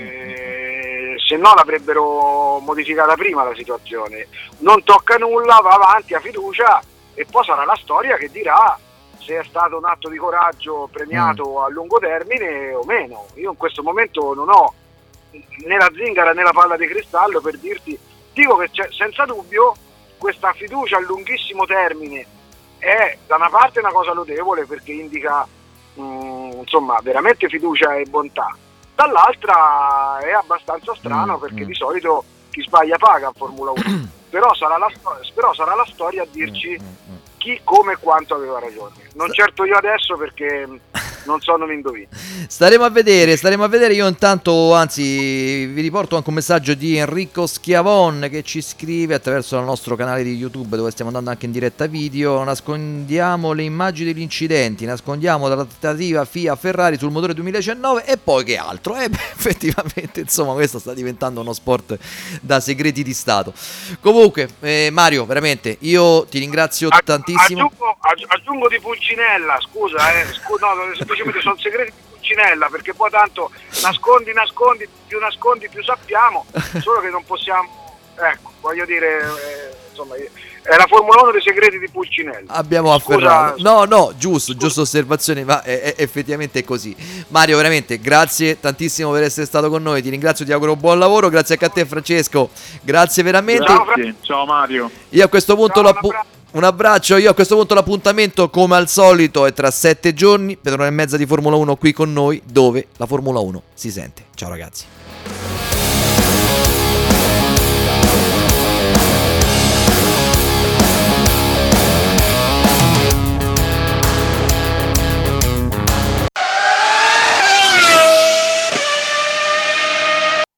Eh, se no l'avrebbero modificata prima la situazione. Non tocca nulla, va avanti a fiducia e poi sarà la storia che dirà se è stato un atto di coraggio premiato mm. a lungo termine o meno. Io in questo momento non ho né la zingara né la palla di cristallo per dirti. Dico che c'è, senza dubbio questa fiducia a lunghissimo termine è da una parte una cosa lodevole, perché indica mh, insomma veramente fiducia e bontà. Dall'altra è abbastanza strano, mm, perché mm. di solito chi sbaglia paga in Formula uno. però, sarà la, però sarà la storia a dirci mm, mm. chi, come e quanto aveva ragione. Non certo io adesso, perché non so, non indovino. Staremo a vedere, staremo a vedere. Io intanto, anzi, vi riporto anche un messaggio di Enrico Schiavon che ci scrive attraverso il nostro canale di YouTube, dove stiamo andando anche in diretta video. Nascondiamo le immagini degli incidenti, nascondiamo la trattativa F I A Ferrari sul motore duemiladiciannove e poi che altro? Eh, beh, effettivamente, insomma, questo sta diventando uno sport da segreti di Stato. Comunque, eh, Mario, veramente, io ti ringrazio Aggi- tantissimo. Aggiungo, aggi- aggiungo di Pulcinella, scusa, eh, scusa, no, semplicemente sono segreti di Pulcinella, perché poi tanto nascondi, nascondi, più nascondi più sappiamo, solo che non possiamo, ecco, voglio dire, eh, insomma, è la Formula uno dei segreti di Pulcinella. Abbiamo afferrato. No, no, giusto, giusta osservazione, ma è, è, effettivamente è così. Mario, veramente grazie tantissimo per essere stato con noi. Ti ringrazio, ti auguro buon lavoro. Grazie anche a te, Francesco. Grazie veramente. Ciao, Ciao Mario. Io a questo punto la pu- un abbraccio. Io a questo punto l'appuntamento, come al solito, è tra sette giorni per un'ora e mezza di Formula uno qui con noi, dove la Formula uno si sente. Ciao ragazzi.